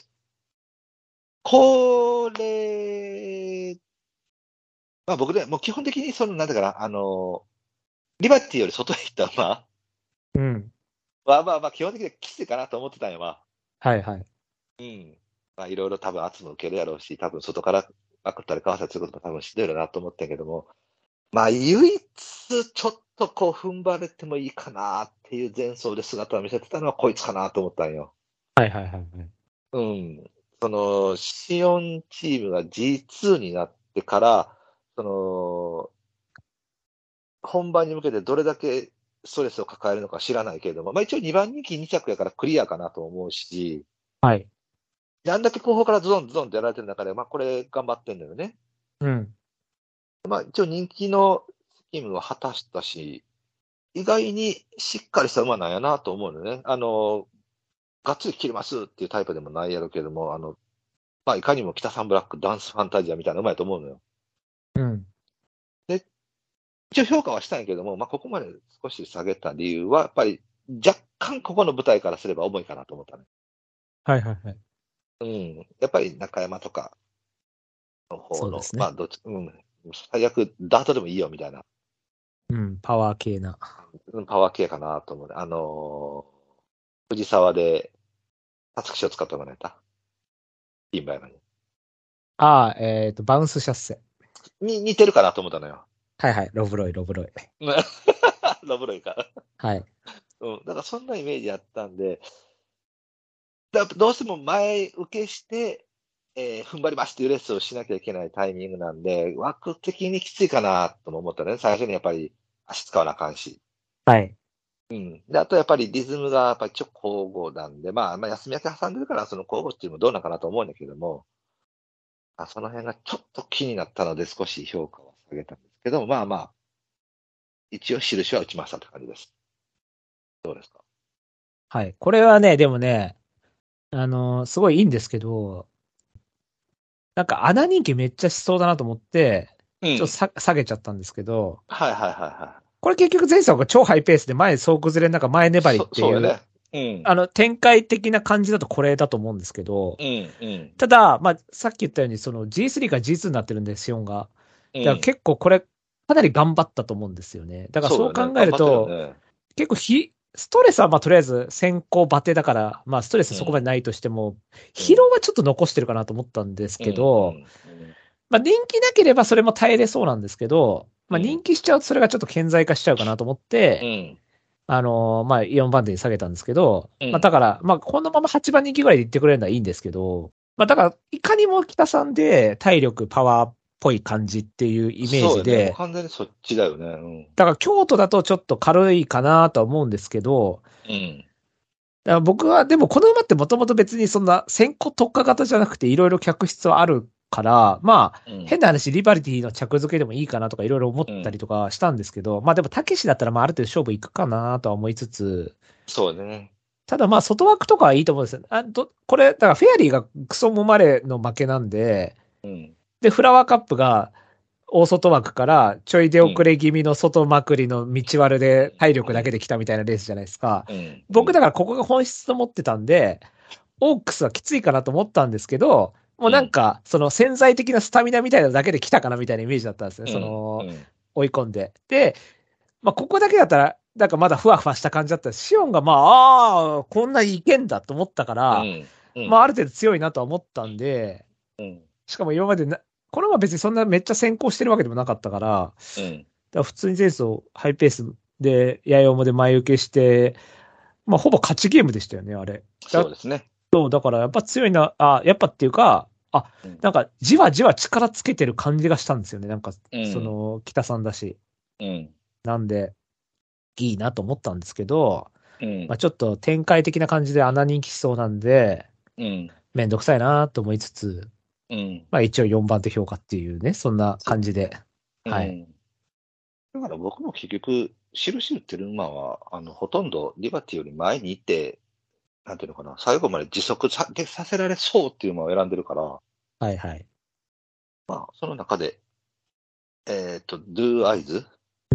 これ、まあ僕ね、もう基本的になんだかな、リバティより外へ行った馬うん。 は、まあまあ基本的にはきついかなと思ってたんよ、まあ。 はいはい。 うん。まあいろいろ多分圧も受けるやろうし、多分外からまくったりかわしたりすることも多分しんどいなと思ったんやけども、まあ唯一ちょっとこう踏ん張れてもいいかなっていう前走で姿を見せてたのはこいつかなと思ったんよ。 はいはいはいはい。 うん。シオンチームが G2 になってから、その、本番に向けてどれだけストレスを抱えるのか知らないけれども、まあ一応2番人気2着やからクリアかなと思うし、 はい。 あんだけ後方からズドンズドンってやられてる中で、まあこれ頑張ってんだよね。 うん。 まあ一応人気の責務は果たしたし、意外にしっかりした馬なんやなと思うのね。がっつり切りますっていうタイプでもないやろうけども、まあいかにも北サンブラックダンスファンタジアみたいな馬やと思うのよ。 うん。 で、一応評価はしたんやけども、まあここまで少し下げた理由は、やっぱり若干ここの舞台からすれば重いかなと思ったね。 はいはいはい。 うん。やっぱり中山とかの方の、 そうですね。 まあ最悪ダートでもいいよみたいな、 うん。パワー系な。 パワー系かなと思うね。藤沢でタスクシを使ったのやった。インバイマに。 バウンスシャッセ。 に似てるかなと思ったのよ。 はいはい、ロブロイ。 ロブロイか。 はい。 だからそんなイメージあったんで、どうしても前受けして、踏ん張りますっていうレッスンをしなきゃいけないタイミングなんで、枠的にきついかなとも思ったね。最初にやっぱり足使わなあかんし。 はい。 で、あとやっぱりリズムがやっぱりちょっと交互なんで、まあ休み明け挟んでるから、その交互っていうのもどうなのかなと思うんだけども、その辺がちょっと気になったので少し評価を下げたんですけど、まあまあ、一応印は打ちましたって感じです。どうですか？ はい。これはね、でもね、すごいいいんですけど、なんか穴人気めっちゃしそうだなと思って、ちょっと下げちゃったんですけど、 はいはいはいはい。 これ結局前走が超ハイペースで前総崩れの中前粘りっていう、 そうよね。 展開的な感じだとこれだと思うんですけど、ただ、まあ、さっき言ったように、その G3 から G2 になってるんで、シオンが。だから結構これ、かなり頑張ったと思うんですよね。だからそう考えると、結構ストレスはまあとりあえず先行バテだから、まあストレスそこまでないとしても、疲労はちょっと残してるかなと思ったんですけど、まあ人気なければそれも耐えれそうなんですけど、まあ人気しちゃうとそれがちょっと顕在化しちゃうかなと思って、まあ4番手に下げたんですけど、まあだから、まあこのまま8番人気ぐらいで行ってくれるのはいいんですけど、まあだから、いかにも北さんで体力、パワーっぽい感じっていうイメージで。そうね、完全にそっちだよね。 だから京都だとちょっと軽いかなとは思うんですけど、だから僕は、でもこの馬ってもともと別にそんな先行特化型じゃなくていろいろ客室はあるから、まあ、変な話、リバリティの着付けでもいいかなとかいろいろ思ったりとかしたんですけど、まあでも、たけしだったらまあある程度勝負いくかなとは思いつつ、 そうね。 ただまあ、外枠とかはいいと思うんですよ。これ、だからフェアリーがクソもまれの負けなんで、で、フラワーカップが大外枠からちょい出遅れ気味の外まくりの道割るで体力だけで来たみたいなレースじゃないですか。僕だからここが本質と思ってたんで、オークスはきついかなと思ったんですけど、もうなんか、その潜在的なスタミナみたいなのだけで来たかなみたいなイメージだったんですね。追い込んで。で、まあ、ここだけだったら、なんかまだふわふわした感じだったら、シオンがまあ、こんないけんだと思ったから、まあ、ある程度強いなとは思ったんで、しかも今までこの馬別にそんなめっちゃ先行してるわけでもなかったから、だから普通に前走ハイペースで、八重馬で前受けして、まあ、ほぼ勝ちゲームでしたよね、あれ。 そうですね。 そう、だからやっぱ強いな、やっぱっていうか、なんかじわじわ力つけてる感じがしたんですよね。なんか、北さんだし。なんで、いいなと思ったんですけど、まあちょっと展開的な感じで穴人気しそうなんで、めんどくさいなと思いつつ、まあ一応4番手評価っていうね、そんな感じで。はい。 だから僕も結局、印打ってる馬は、ほとんどリバティより前に行って、なんていうのかな、最後まで持続させられそうっていう馬を選んでるから、 はいはい。 まあ、その中で、Do Eyes？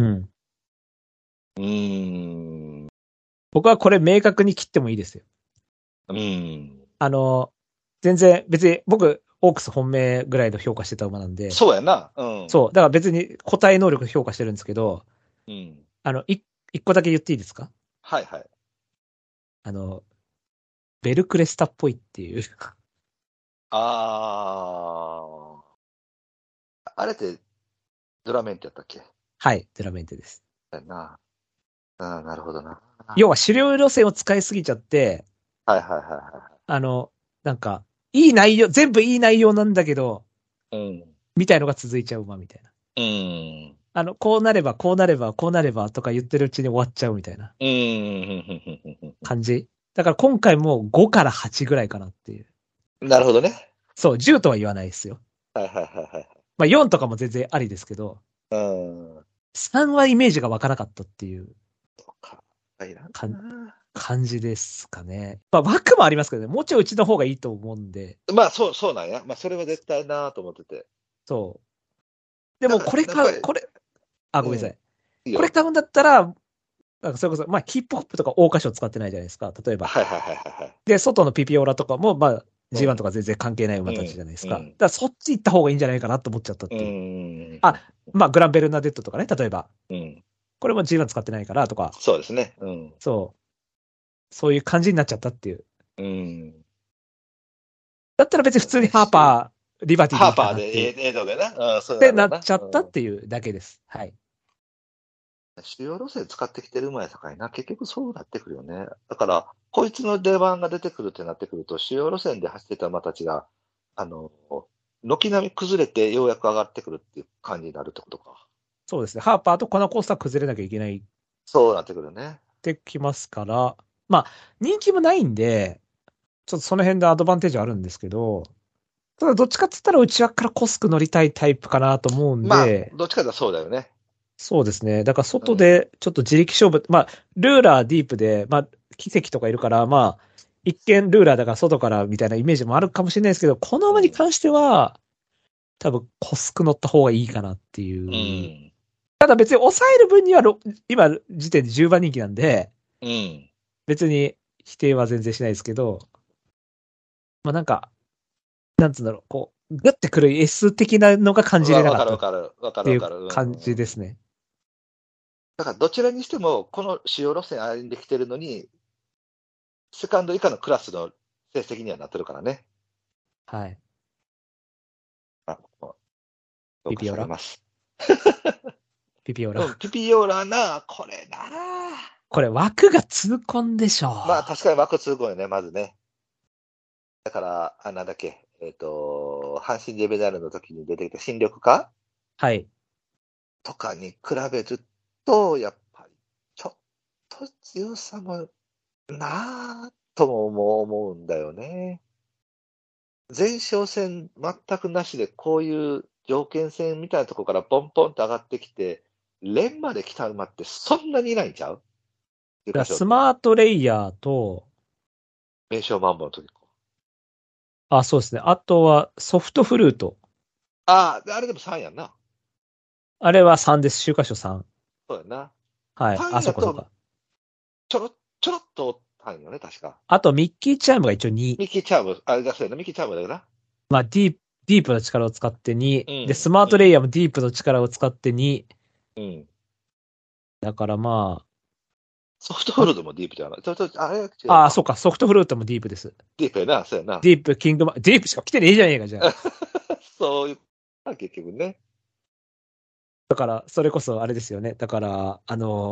僕はこれ明確に切ってもいいですよ。全然、別に僕、オークス本命ぐらいの評価してた馬なんで。 そうやな。 そう。だから別に個体能力評価してるんですけど、一個だけ言っていいですか？ はいはい。 ベルクレスタっぽいっていう。 あれってドラメンテやったっけ？ はい、ドラメンテです。 なるほどな。 要は狩猟路線を使いすぎちゃって、なんか、いい内容、全部いい内容なんだけど、みたいのが続いちゃう馬みたいな。こうなれば、こうなれば、こうなればとか言ってるうちに終わっちゃうみたいな感じ。だから今回も5から8ぐらいかなっていう。 なるほどね。 そう、10とは言わないですよ。まあ4とかも全然ありですけど、3はイメージが湧かなかったっていう感じですかね。まあ枠もありますけどね、もうちょいうちの方がいいと思うんで。 まあそうなんや。まあそれは絶対なと思ってて。 そう。でもこれ、ごめんなさい。これ買うんだったら、なんかそれこそ、まあヒップホップとか桜花賞使ってないじゃないですか、例えば。で、外のピピオラとかも、まあ G1 とか全然関係ない馬たちじゃないですか。だからそっち行った方がいいんじゃないかなと思っちゃったっていう。まあグランベルナデットとかね、例えば。これも G1 使ってないからとか。 そうですね。 そういう感じになっちゃったっていう。 だったら別に普通にハーパー、リバティでいいかなっていう。 ハーパーで、映像でな。 ってなっちゃったっていうだけです。はい。 主要路線使ってきてる馬やさかいな。結局そうなってくるよね。だから、こいつの出番が出てくるってなってくると、主要路線で走ってた馬たちが、軒並み崩れてようやく上がってくるっていう感じになるってことか。 そうですね。ハーパーとコナコースター崩れなきゃいけないそうなってくるね。 ってきますから、まあ、人気もないんで、ちょっとその辺でアドバンテージはあるんですけど、ただどっちかって言ったら内枠からコスク乗りたいタイプかなと思うんで、 まあ、どっちかというとそうだよね。 そうですね。だから外でちょっと自力勝負、まあ、ルーラーディープで、まあ、奇跡とかいるから、まあ、一見ルーラーだから外からみたいなイメージもあるかもしれないですけど、この馬に関しては、多分コスク乗った方がいいかなっていう。ただ別に抑える分には、今時点で10番人気なんで、別に否定は全然しないですけど、まあなんか、なんつうんだろう、こう、グッてくる S 的なのが感じれなかったっていう感じですね。 だからどちらにしても、この主要路線歩んできてるのに、セカンド以下のクラスの成績にはなってるからね。 はい。 ピピオラピピオラ。 ピピオラな、これな。 これ枠が痛恨でしょう。 まあ確かに枠痛恨よね、まずね。だから、なんだっけ、阪神デベダルの時に出てきた新緑化はい。 とかに比べると、やっぱり、ちょっと強さもなぁとも思うんだよね。前哨戦全くなしで、こういう条件戦みたいなところからポンポンと上がってきて、連まで来た馬ってそんなにいないんちゃう？ スマートレイヤーと、 名称マンボの時。 あ、そうですね。あとはソフトフルート。 あれでも3やんな。 あれは3です。週刊賞3。 そうやな。 はい。あ、そこそこ。 ちょろっとおったんよね、確か。 あと、ミッキーチャームが一応2。 ミッキーチャーム、あれだそうやな、ミッキーチャームだよな。 まあ、ディープの力を使って2。で、スマートレイヤーもディープの力を使って2。だからまあ。 ソフトフルートもディープじゃない。 そうか、ソフトフルートもディープです。 ディープやな、そうやな。 ディープ、キングマン、ディープしか来てねえじゃねえか、じゃあ。 そういう、結局ね。 だから、それこそあれですよね。だから、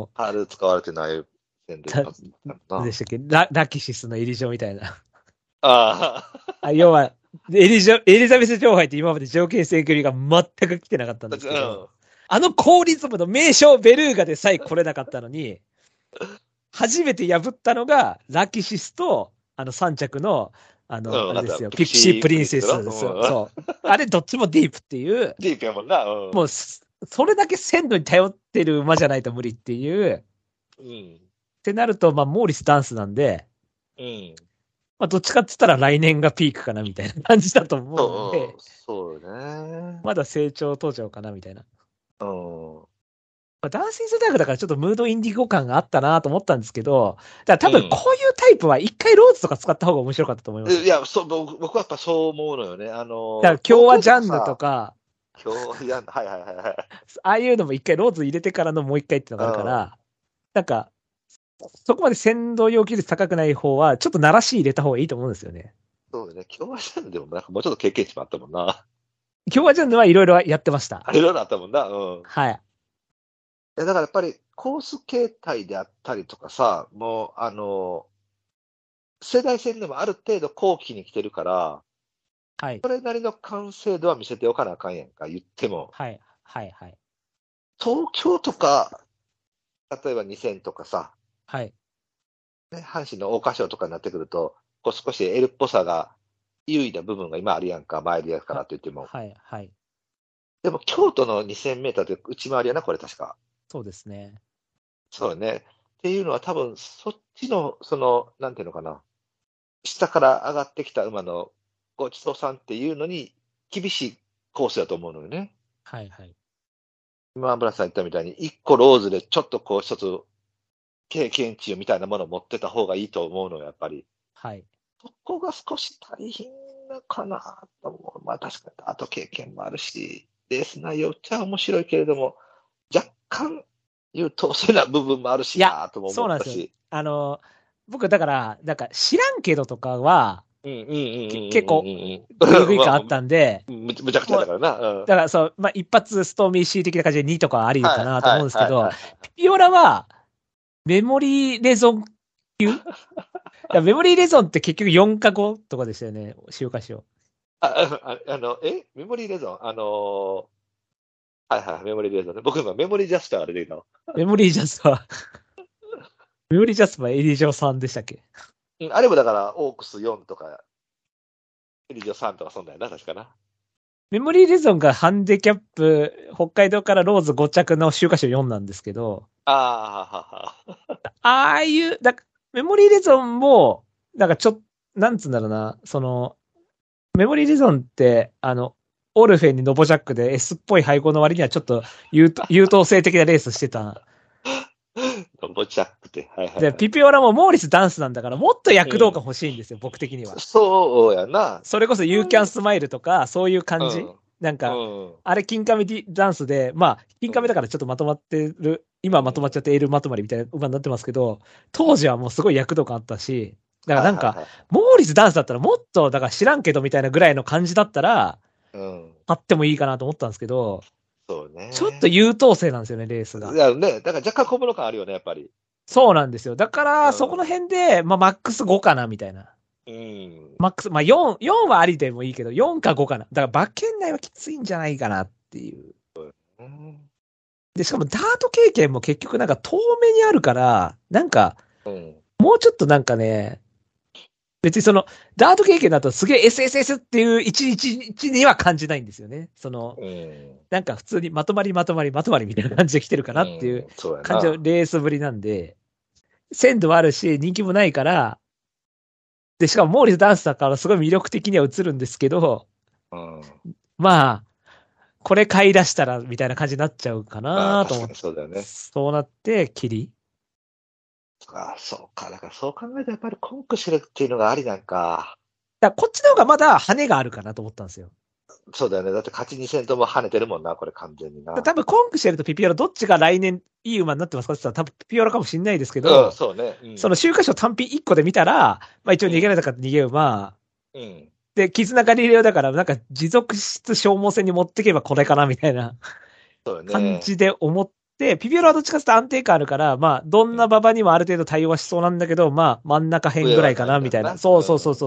R 使われてない戦で。 何でしたっけラキシスの入り場みたいな。要は、エリザベス女王杯って今まで条件選挙が全く来てなかったんですけど、高リズムの名将ベルーガでさえ来れなかったのに、初めて破ったのが、ラキシスと、3着の、あれですよ、ピクシープリンセス。そう。あれ、どっちもディープっていう。 ディープやもんな。 もう、それだけ鮮度に頼ってる馬じゃないと無理っていう。ってなると、まあ、モーリスダンスなんで、まあ、どっちかって言ったら来年がピークかなみたいな感じだと思うんで、 そうね。 まだ成長途上かなみたいな。まあ、ダンシングダークだからちょっとムードインディゴ感があったなと思ったんですけど、だから多分こういうタイプは一回ローズとか使った方が面白かったと思います。 いや、僕はやっぱそう思うのよね。だから今日はジャンヌとか、 今日はジャンヌ、はい。ああいうのも一回ローズ入れてからのもう一回っていうのがあるから、なんか、そこまで鮮度要求率高くない方は、ちょっと鳴らし入れた方がいいと思うんですよね。 そうね。今日はジャンヌでもなんかもうちょっと経験値もあったもんな。 今日はジャンヌはいろいろやってました。 いろいろあったもんな。 はい。 だからやっぱりコース形態であったりとかさ、もう世代戦でもある程度後期に来てるから、 はい。 それなりの完成度は見せておかなあかんやんか、言っても。 はい。 東京とか、例えば2000とかさ、 はい。 ね、阪神の桜花賞とかになってくると、こう少し L っぽさが優位な部分が今あるやんか、前でやからと言っても。 はい。 でも京都の2000メーターって内回りやな、これ確か。 そうですね。 そうね。っていうのは多分、そっちの、なんていうのかな。下から上がってきた馬のごちそうさんっていうのに厳しいコースだと思うのよね。 はい。 今村さん言ったみたいに、一個ローズでちょっとこう一つ経験値みたいなものを持ってた方がいいと思うのよ、やっぱり。 はい。 そこが少し大変なかなと思う。まあ確かに、あと経験もあるし、レース内容っちゃ面白いけれども、若干優等生な部分もあるしなとも思ったし。 僕だから、なんか知らんけどとかは、 結構、グイグイ感あったんで、 むちゃくちゃだからな。 だからそう、まあ、一発ストーミーシー的な感じで2とかありかなと思うんですけど、ピピオラは、メモリーレゾン級メモリーレゾンって結局4か5とかでしたよね、週刊誌を。 メモリーレゾンメモリーレゾンね。僕今メモリージャスターが出てきたの。 メモリージャスター。メモリージャスターはエリジョさんでしたっけ？ あれもだから、オークス4とか、エリジョ3とかそんだよな、確かな。 メモリーレゾンがハンデキャップ、北海道からローズ5着の週刊誌を読んだんですけど、ああいう、メモリーレゾンも、なんかなんつうんだろうな、メモリーレゾンって、オルフェンにノボジャックで S っぽい配合の割にはちょっと優等生的なレースしてた。 ノボジャックって。 で、ピピオラもモーリスダンスなんだから、もっと躍動感欲しいんですよ、僕的には。 そうやな。 それこそ You Can Smile とか、そういう感じ。なんか、あれ、金亀ダンスで、まあ、金亀だからちょっとまとまってる、今まとまっちゃってエールまとまりみたいな馬になってますけど、当時はもうすごい躍動感あったし、だからなんか、モーリスダンスだったらもっと、だから知らんけどみたいなぐらいの感じだったら、買ってもいいかなと思ったんですけど、 そうね。 ちょっと優等生なんですよね、レースが。 いやね、だから若干小物感あるよね、やっぱり。 そうなんですよ。だから、そこの辺で、まあ、マックス5かな、みたいな。マックス、まあ、4はありでもいいけど、4か5かな。だから、馬券内はきついんじゃないかなっていう。で、しかも、ダート経験も結局なんか遠目にあるから、なんか、もうちょっとなんかね、別にダート経験だとすげえ SSS っていう111には感じないんですよね。なんか普通にまとまりみたいな感じで来てるかなっていう感じのレースぶりなんで、鮮度はあるし、人気もないから、で、しかもモーリスダンスだからすごい魅力的には映るんですけど、まあ、これ買い出したらみたいな感じになっちゃうかなと思って。 そうだよね。 そうなって、キリ。 そうか。だからそう考えたらやっぱりコンクシルっていうのがありなんか。 こっちの方がまだ羽があるかなと思ったんですよ。 そうだよね。だって勝ち2戦とも跳ねてるもんな、これ完全にな。 多分コンクシェルとピピオラどっちが来年いい馬になってますかって言ったら多分ピピオラかもしれないですけど、 そうね。 その週刊誌単品1個で見たら、まあ一応逃げられたか逃げ馬、で、絆ガリレオだから、なんか持続質消耗戦に持っていけばこれかなみたいな感じで思って、ピピオラはどっちかっていうと安定感あるから、まあ、どんな馬場にもある程度対応はしそうなんだけど、まあ、真ん中辺ぐらいかなみたいな。そう。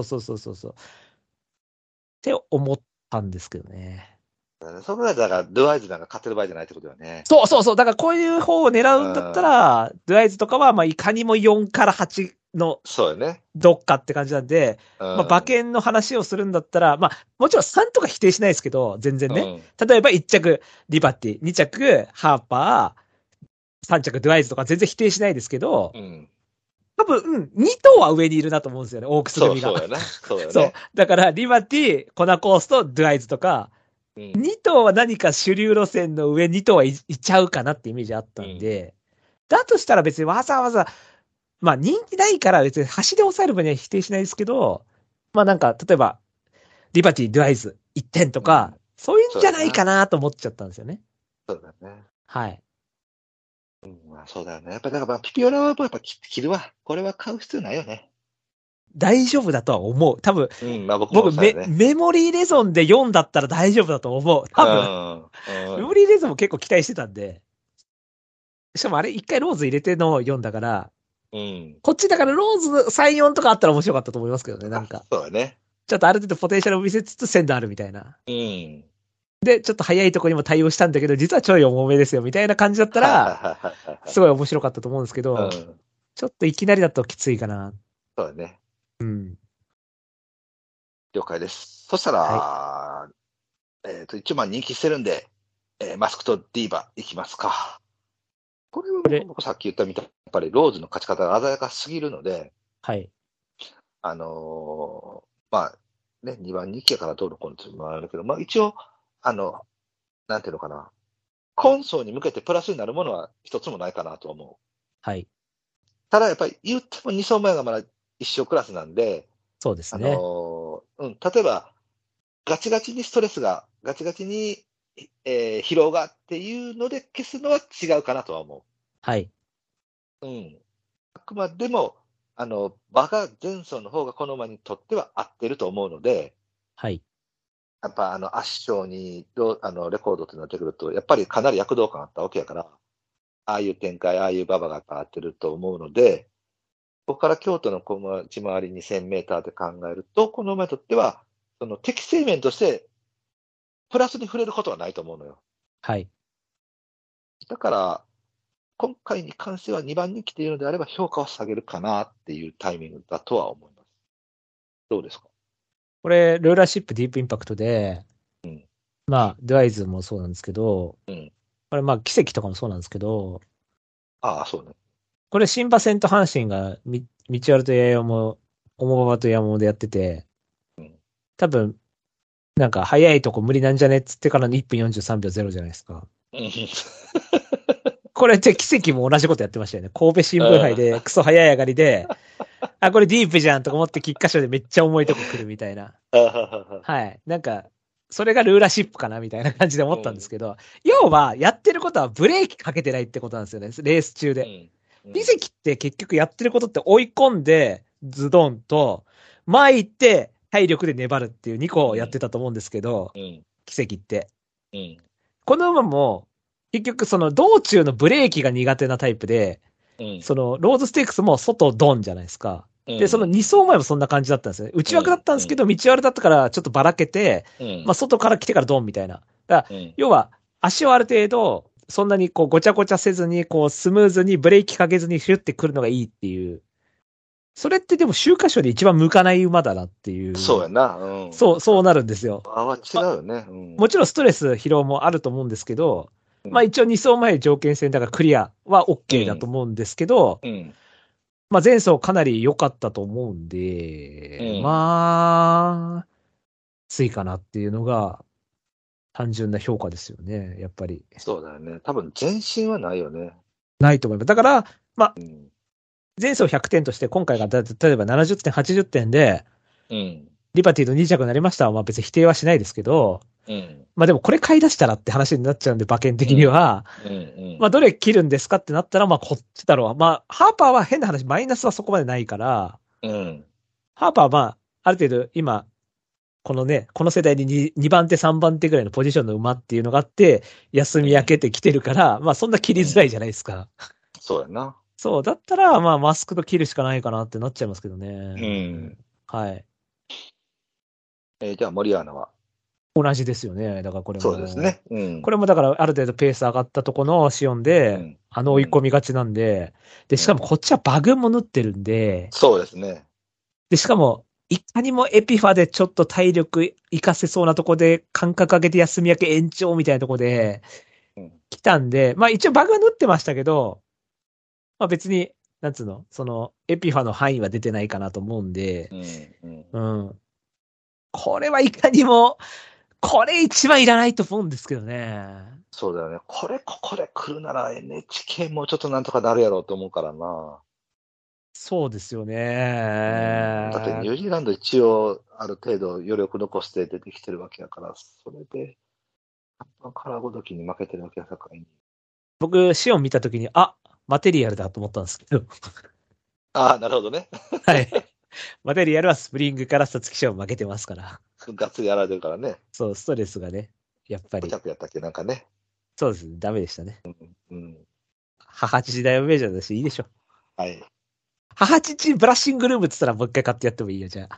って思ったんですけどね。 そこがだから、ドゥアイズなんか勝ってる場合じゃないってことよね。 そう。だからこういう方を狙うんだったら、ドゥアイズとかは、まあ、いかにも4から8の、 そうよね。 どっかって感じなんで、まあ、馬券の話をするんだったら、まあ、もちろん3とか否定しないですけど、全然ね。例えば1着、リバティ、2着、ハーパー、3着、ドゥアイズとか全然否定しないですけど、多分、2頭は上にいるなと思うんですよね、オークス組が。 そうよね。 そう。だから、リバティ、コナコースとドゥアイズとか、2頭は何か主流路線の上2頭はいちゃうかなってイメージあったんで、だとしたら別にわざわざ、まあ人気ないから別に端で抑える分には否定しないですけど、まあなんか、例えば、リバティ、ドゥアイズ1点とか、そういうんじゃないかなと思っちゃったんですよね。 そうだね。 はい。 そうだよね。やっぱだからピピオラはやっぱ切るわ。これは買う必要ないよね。 大丈夫だとは思う。多分、 僕メモリーレゾンで4だったら大丈夫だと思う。多分、メモリーレゾンも結構期待してたんで。しかもあれ一回ローズ入れての4だから、こっちだからローズ3、4とかあったら面白かったと思いますけどね、なんか。 そうだね。 ちょっとある程度ポテンシャルを見せつつ鮮度あるみたいな。で、ちょっと早いところにも対応したんだけど、実はちょい重めですよ、みたいな感じだったら、すごい面白かったと思うんですけど、ちょっといきなりだときついかな。 そうだね。了解です。そしたら、一番人気してるんで、マスクとディーバいきますか。これは僕さっき言ったみたいに、やっぱりローズの勝ち方が鮮やかすぎるので、 はい。 まあ、ね、2番人気やからどうのこうのっていうのもあるけど、まあ一応、なんていうのかな、今走に向けてプラスになるものは一つもないかなと思う。 はい。 ただやっぱり言っても2走前がまだ一生クラスなんで、 そうですね。 例えば、ガチガチにストレスが、ガチガチに、疲労がっていうので消すのは違うかなとは思う。 はい。 あくまでも、 場が前奏の方がこの馬にとっては合ってると思うので、 はい。 やっぱ圧勝にレコードってなってくると、やっぱりかなり躍動感あったわけやから、ああいう展開、ああいう馬場が合ってると思うので、ここから京都の小町回り2000メーターで考えると、この馬にとっては、その適正面として、プラスに触れることはないと思うのよ。 はい。 だから、今回に関しては2番に来ているのであれば、評価を下げるかなっていうタイミングだとは思います。どうですか？ これ、ルーラーシップディープインパクトで、 うん、 まあ、ドゥアイズもそうなんですけど、 うん、 これまあ、奇跡とかもそうなんですけど、 ああ、そうね。 これ、新馬戦と阪神が、道悪と八重も、重馬場と山本でやってて、多分、なんか、早いとこ無理なんじゃねっつってからの1分43秒0じゃないですか。これって奇跡も同じことやってましたよね。神戸新聞杯でクソ早い上がりで、あ、これディープじゃんとか思って菊花賞でめっちゃ重いとこ来るみたいな。はい。なんか、それがルーラーシップかなみたいな感じで思ったんですけど、要は、やってることはブレーキかけてないってことなんですよね。レース中で。奇跡って結局やってることって追い込んで、ズドンと、前行って体力で粘るっていう2個をやってたと思うんですけど、奇跡って。この馬も、結局その道中のブレーキが苦手なタイプで、そのローズステークスも外ドンじゃないですか。で、その2走前もそんな感じだったんですよね。内枠だったんですけど、道悪だったからちょっとばらけて、まあ外から来てからドンみたいな。だから、要は、足をある程度、そんなにこうごちゃごちゃせずに、こうスムーズにブレーキかけずにシュッてくるのがいいっていう。それってでも秋華賞で一番向かない馬だなっていう。 そうやな。 そうなるんですよ。 違うよね。 もちろんストレス疲労もあると思うんですけど、まあ一応2走前条件戦だからクリアは OK だと思うんですけど、まあ前走かなり良かったと思うんで、まあ、ついかなっていうのが単純な評価ですよね、やっぱり。 そうだよね。多分前進はないよね。 ないと思います。だから、まあ、前走100点として今回が例えば70点、80点で、リバティの2着になりましたは、まあ別に否定はしないですけど、まあでもこれ買い出したらって話になっちゃうんで、馬券的には。まあどれ切るんですかってなったら、まあこっちだろう。まあ、ハーパーは変な話、マイナスはそこまでないから、ハーパーはまあ、ある程度今、このね、この世代に 2番手、3番手ぐらいのポジションの馬っていうのがあって、休み明けてきてるから、まあそんな切りづらいじゃないですか。 そうやな。 そう、だったら、まあマスクと切るしかないかなってなっちゃいますけどね。はい。 じゃあ、森アナは同じですよね。だからこれも。 そうですね。 これもだからある程度ペース上がったとこのシオンで、追い込みがちなんで、で、しかもこっちは馬群も縫ってるんで、 そうですね。 で、しかも、いかにもエピファでちょっと体力活かせそうなとこで、間隔上げて休み明け延長みたいなとこで、来たんで、まあ一応馬群縫ってましたけど、まあ別に、なんつうの、その、エピファの範囲は出てないかなと思うんで、これはいかにも、これ一番いらないと思うんですけどね。 そうだよね。ここで来るなら NHK もうちょっとなんとかなるやろうと思うからな。 そうですよね。 だってニュージーランド一応ある程度余力残して出てきてるわけやから、それで、カラーごときに負けてるわけやさかいに。 僕、シオン見たときに、あ、マテリアルだと思ったんですけど。 ああ、なるほどね。 はい。マテリアルはスプリングから皐月賞負けてますから。 がっつりやられてるからね。 そう、ストレスがね、やっぱり。 500やったっけなんかね。 そうですね、ダメでしたね。母父大メジャーだし、いいでしょ。 はい。 母父ブラッシングルームって言ったらもう一回買ってやってもいいよ、じゃあ。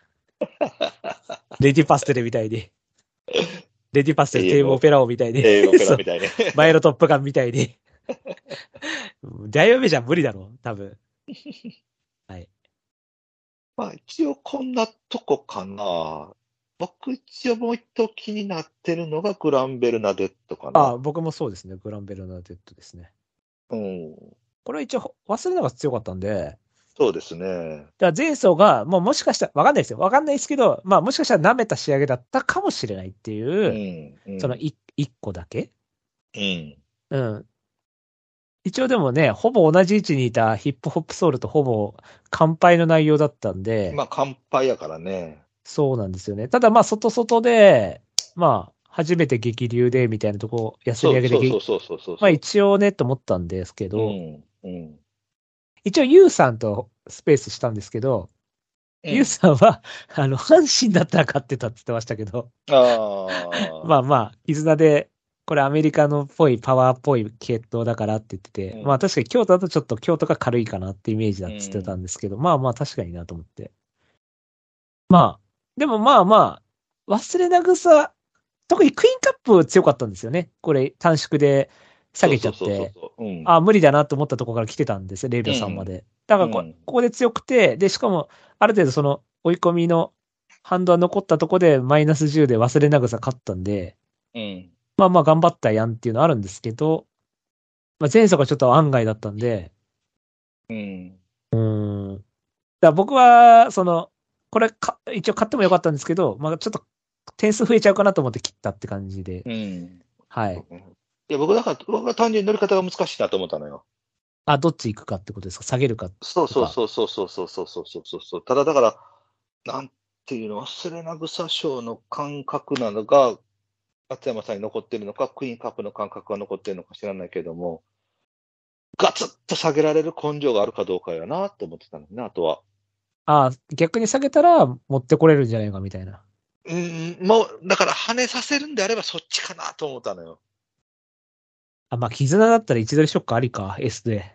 レディパステルみたいに。レディパステル、テームオペラオみたいに。 テームオペラみたいに。 前のトップガンみたいに。大メジャー無理だろう、多分。はい。 まあ一応こんなとこかな。僕一応もう一頭気になってるのがグランベルナデットかな。 ああ、僕もそうですね。グランベルナデットですね。これは一応忘れなが強かったんで。 そうですね。 だから前走が、もしかしたら、わかんないですよ。わかんないですけど、まあもしかしたら舐めた仕上げだったかもしれないっていう、その一個だけ。一応でもね、ほぼ同じ位置にいたヒップホップソウルとほぼ乾杯の内容だったんで。 まあ乾杯やからね。 そうなんですよね。ただまあ外で、まあ初めて激流でみたいなとこ休み上げでまあ一応ねと思ったんですけど、一応ユウさんとスペースしたんですけど、ユウさんは、阪神だったら勝ってたって言ってましたけど。まあまあ、絆で、これアメリカのっぽい、パワーっぽい系統だからって言ってて、まあ確かに京都だとちょっと京都が軽いかなってイメージだって言ってたんですけど、まあまあ確かになと思って。まあ、でもまあまあ、忘れなぐさ、特にクイーンカップ強かったんですよね。これ短縮で下げちゃって、無理だなと思ったところから来てたんですよ、0秒3まで。だからここで強くて、で、しかも、ある程度その追い込みのハンドは残ったところでマイナス10で忘れなぐさ勝ったんで、まあまあ頑張ったやんっていうのはあるんですけど、まあ前走がちょっと案外だったんで、だから僕は、これ一応買ってもよかったんですけど、まあちょっと点数増えちゃうかなと思って切ったって感じで。はい。 いや、僕は単純に乗り方が難しいなと思ったのよ。 どっち行くかってことですか？下げるか。 そう。ただだから、なんていうの、忘れなぐさ賞の感覚なのが、松山さんに残ってるのか、クイーンカップの感覚が残ってるのか知らないけども、ガツッと下げられる根性があるかどうかやなと思ってたのにな、あとは。 逆に下げたら持ってこれるんじゃないかみたいな。 もう、だから跳ねさせるんであればそっちかなと思ったのよ。 まあ、絆だったら位置取りショックありか、S で。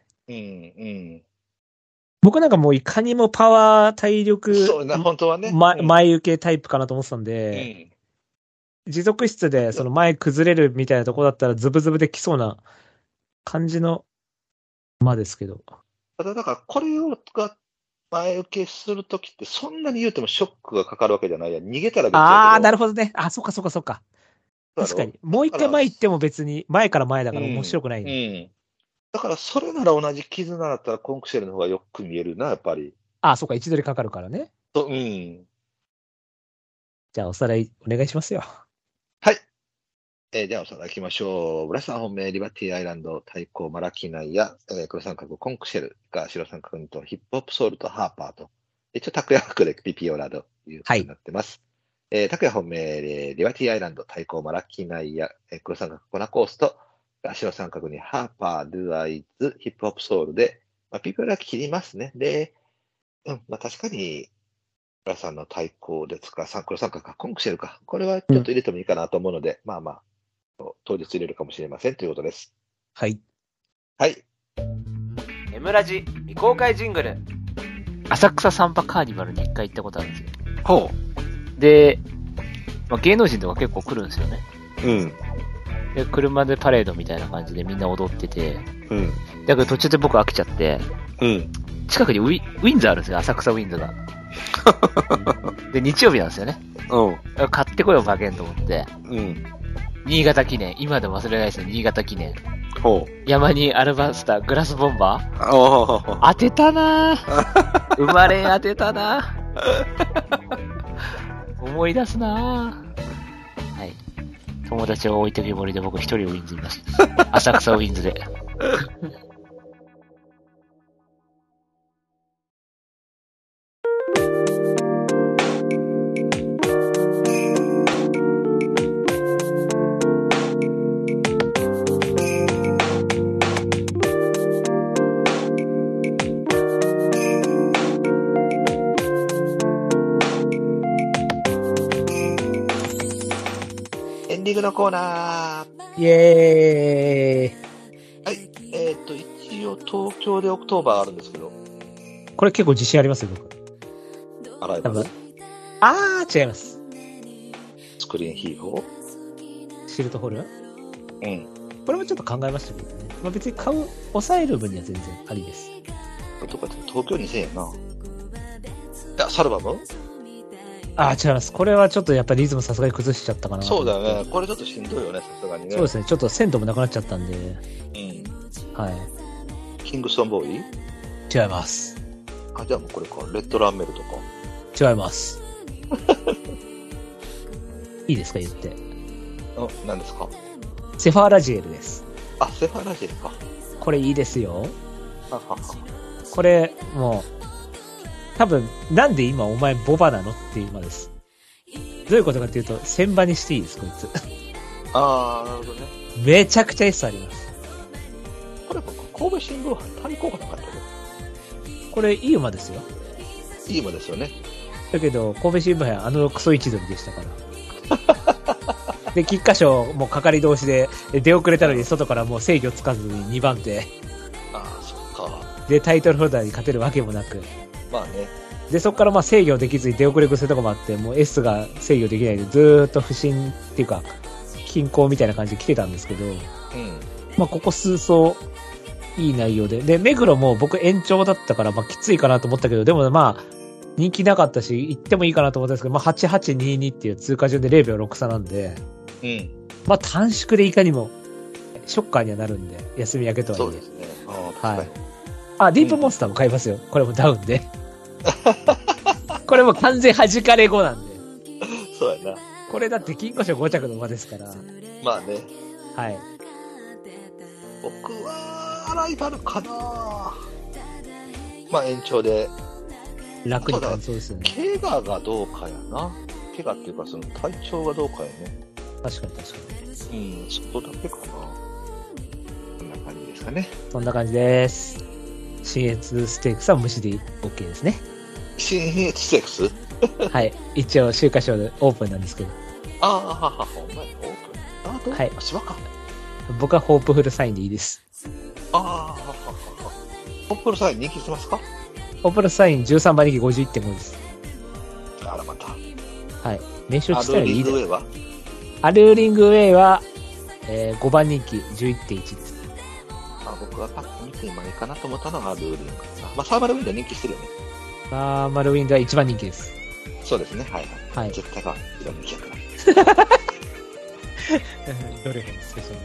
僕なんかもういかにもパワー、体力、 そうな、本当はね。 前受けタイプかなと思ってたんで、持続質でその前崩れるみたいなとこだったらズブズブできそうな感じの馬ですけど。 ただ、だからこれが前受けするときってそんなに言うてもショックがかかるわけじゃないや。逃げたら別だけど。 なるほどね。そっか。確かに。もう一回前行っても別に前から前だから面白くないね。 だからそれなら同じ絆だったらコンクシェルの方がよく見えるな、やっぱり。 そっか、位置取りかかるからね。じゃあおさらいお願いしますよ。 はい。じゃあおさらい行きましょう。ブラサー本命、リバティアイランド、対抗マラキナイや、黒三角コンクシェルが白三角とヒップホップソウルとハーパーと、一応拓也枠でピピオラということになってます。拓也本命、リバティアイランド、対抗マラキナイや、黒三角コナコースと、白三角にハーパー、ドゥアイズ、ヒップホップソウルで、ピピオラ切りますね。で、確かに、ブラさんの対抗ですか、黒三角か、コンクシェルか。これはちょっと入れてもいいかなと思うので、当日入れるかもしれませんということです。 はい。 はい。 エムラジ未公開ジングル。浅草サンバカーニバルに一回行ったことあるんですよ。 ほう。で、芸能人とか結構来るんですよね。で、車でパレードみたいな感じでみんな踊ってて。だけど途中で僕飽きちゃって。近くにウィンズあるんですよ、浅草ウィンズが。で、日曜日なんですよね。買ってこよう、馬券と思って。新潟記念。今でも忘れないですね、新潟記念。山にアルバスター、グラスボンバー当てたなぁ。生まれ当てたなぁ。思い出すなぁ。はい。友達を置いてけぼりで僕一人ウィンズいました。浅草ウィンズで。 エンディングのコーナー。 イエーイ。 はい。一応東京でオクトーバーあるんですけど。 これ結構自信ありますよ、僕。 アライバル？ 違います。 スクリーンヒーロー？シルトホール？これもちょっと考えましたけどね。別に抑える分には全然ありです。 とか東京2000円な。いや、サルバム？ 違います。これはちょっとやっぱりリズムさすがに崩しちゃったかな。 そうだよね。これちょっとしんどいよね、さすがにね。 そうですね。ちょっと鮮度もなくなっちゃったんで。はい。 キングストンボーイ？ 違います。 じゃあもうこれか。レッドランメルとか。 違います。いいですか、言って。 何ですか？ セファーラジエルです。 セファーラジエルか。 これいいですよ。これ、もう、多分、なんで今お前ボバなのっていう馬です。どういうことかっていうと、1000馬にしていいです、こいつ。 なるほどね。 めちゃくちゃ S あります。 これ、神戸新聞杯対抗かなかったけど。 これいい馬ですよ。 いい馬ですよね。 だけど、神戸新聞はクソ1ドルでしたから。で、菊花賞も係同士で出遅れたのに外からもう制御つかずに2番手。 ああ、そっか。 で、タイトルホルダーに勝てるわけもなく。 まあね。 で、そこからまあ制御できずに出遅れ癖とかもあって、もう S が制御できないでずーっと不振っていうか、均衡みたいな感じで来てたんですけど、まあここ数走、いい内容で。で、目黒も僕延長だったから、まあきついかなと思ったけど、でもまあ、人気なかったし、行ってもいいかなと思ったんですけど、まあ8822っていう通過順で0秒6差なんで、まあ短縮でいかにも、ショッカーにはなるんで、休み明けとはいえ。 そうですね。 はい。あ、ディープモンスターも買いますよ。これもダウンで。これも完全弾かれ後なんで。 そうやな。 これだって金庫賞5着の馬ですから。 まあね。 はい。 僕は、ライバルかな。まあ延長で。 楽に感じそうですよね。 怪我がどうかやな。怪我っていうか、その体調がどうかやね。 確かに確かに。そこだけかな。こんな感じですかね。 そんな感じです。新越ステークスは無視で OK ですね。 新越ステークスはい。一応、秋華賞でオープンなんですけど。 ああ、お前、オープン。 はい。 芝か。 僕はホープフルサインでいいです。 ああ、ホープフルサイン人気してますか？ ホープフルサイン13番人気 51.5 です。 あら、また。 はい。年少したらいいです。 アルーリングウェイはアルーリングウェイは、5番人気 11.1 です。 僕はパッと見て今いいかなと思ったのがアルーリングかな。まあ、サーマルウィンドウ人気してるよね。 サーマルウィンドウは1番人気です。 そうですね。はいはい。 はい。 絶対が1番人気やから。 どれがスペシャルに。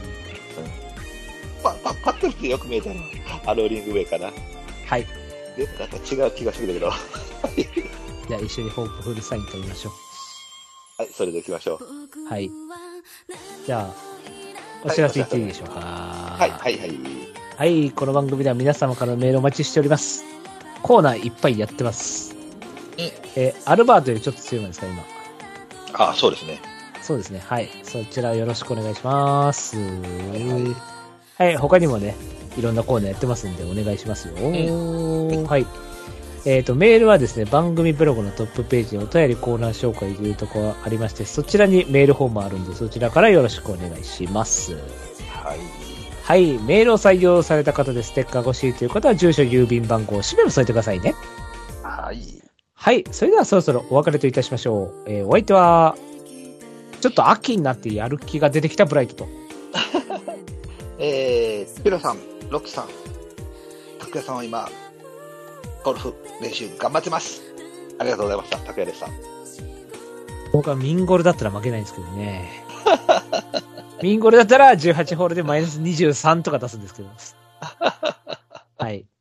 パッと見てよく見えたのはアルーリングウェイかな。 はい。 でもなんか違う気がするけど。 じゃあ一緒にホープフルサインと言いましょう。 はい、それでいきましょう。はい。じゃあ、お知らせ言っていいでしょうか。 はい、はい、はい。 はい、この番組では皆様からのメールをお待ちしております。コーナーいっぱいやってます。アルバートよりちょっと強いんですか、今。 あ、そうですね。 そうですね。はい。そちらよろしくお願いします。はい、 はい。 はい、他にもね、いろんなコーナーやってますんでお願いしますよ。はい。メールはですね、番組ブログのトップページにお便りコーナー紹介というところがありまして、そちらにメールフォームあるんで、そちらからよろしくお願いします。 はい。 はい。メールを採用された方でステッカーが欲しいという方は、住所、郵便番号、氏名を添えてくださいね。 はい。 はい。それではそろそろお別れといたしましょう。お相手は、ちょっと秋になってやる気が出てきたブライトと。 ピロさん、ロッキさん、拓也さんは今、ゴルフ練習頑張ってます。ありがとうございました。拓也でした。 僕はミンゴルだったら負けないんですけどね。ミンゴルだったら18ホールでマイナス23とか出すんですけど。はい。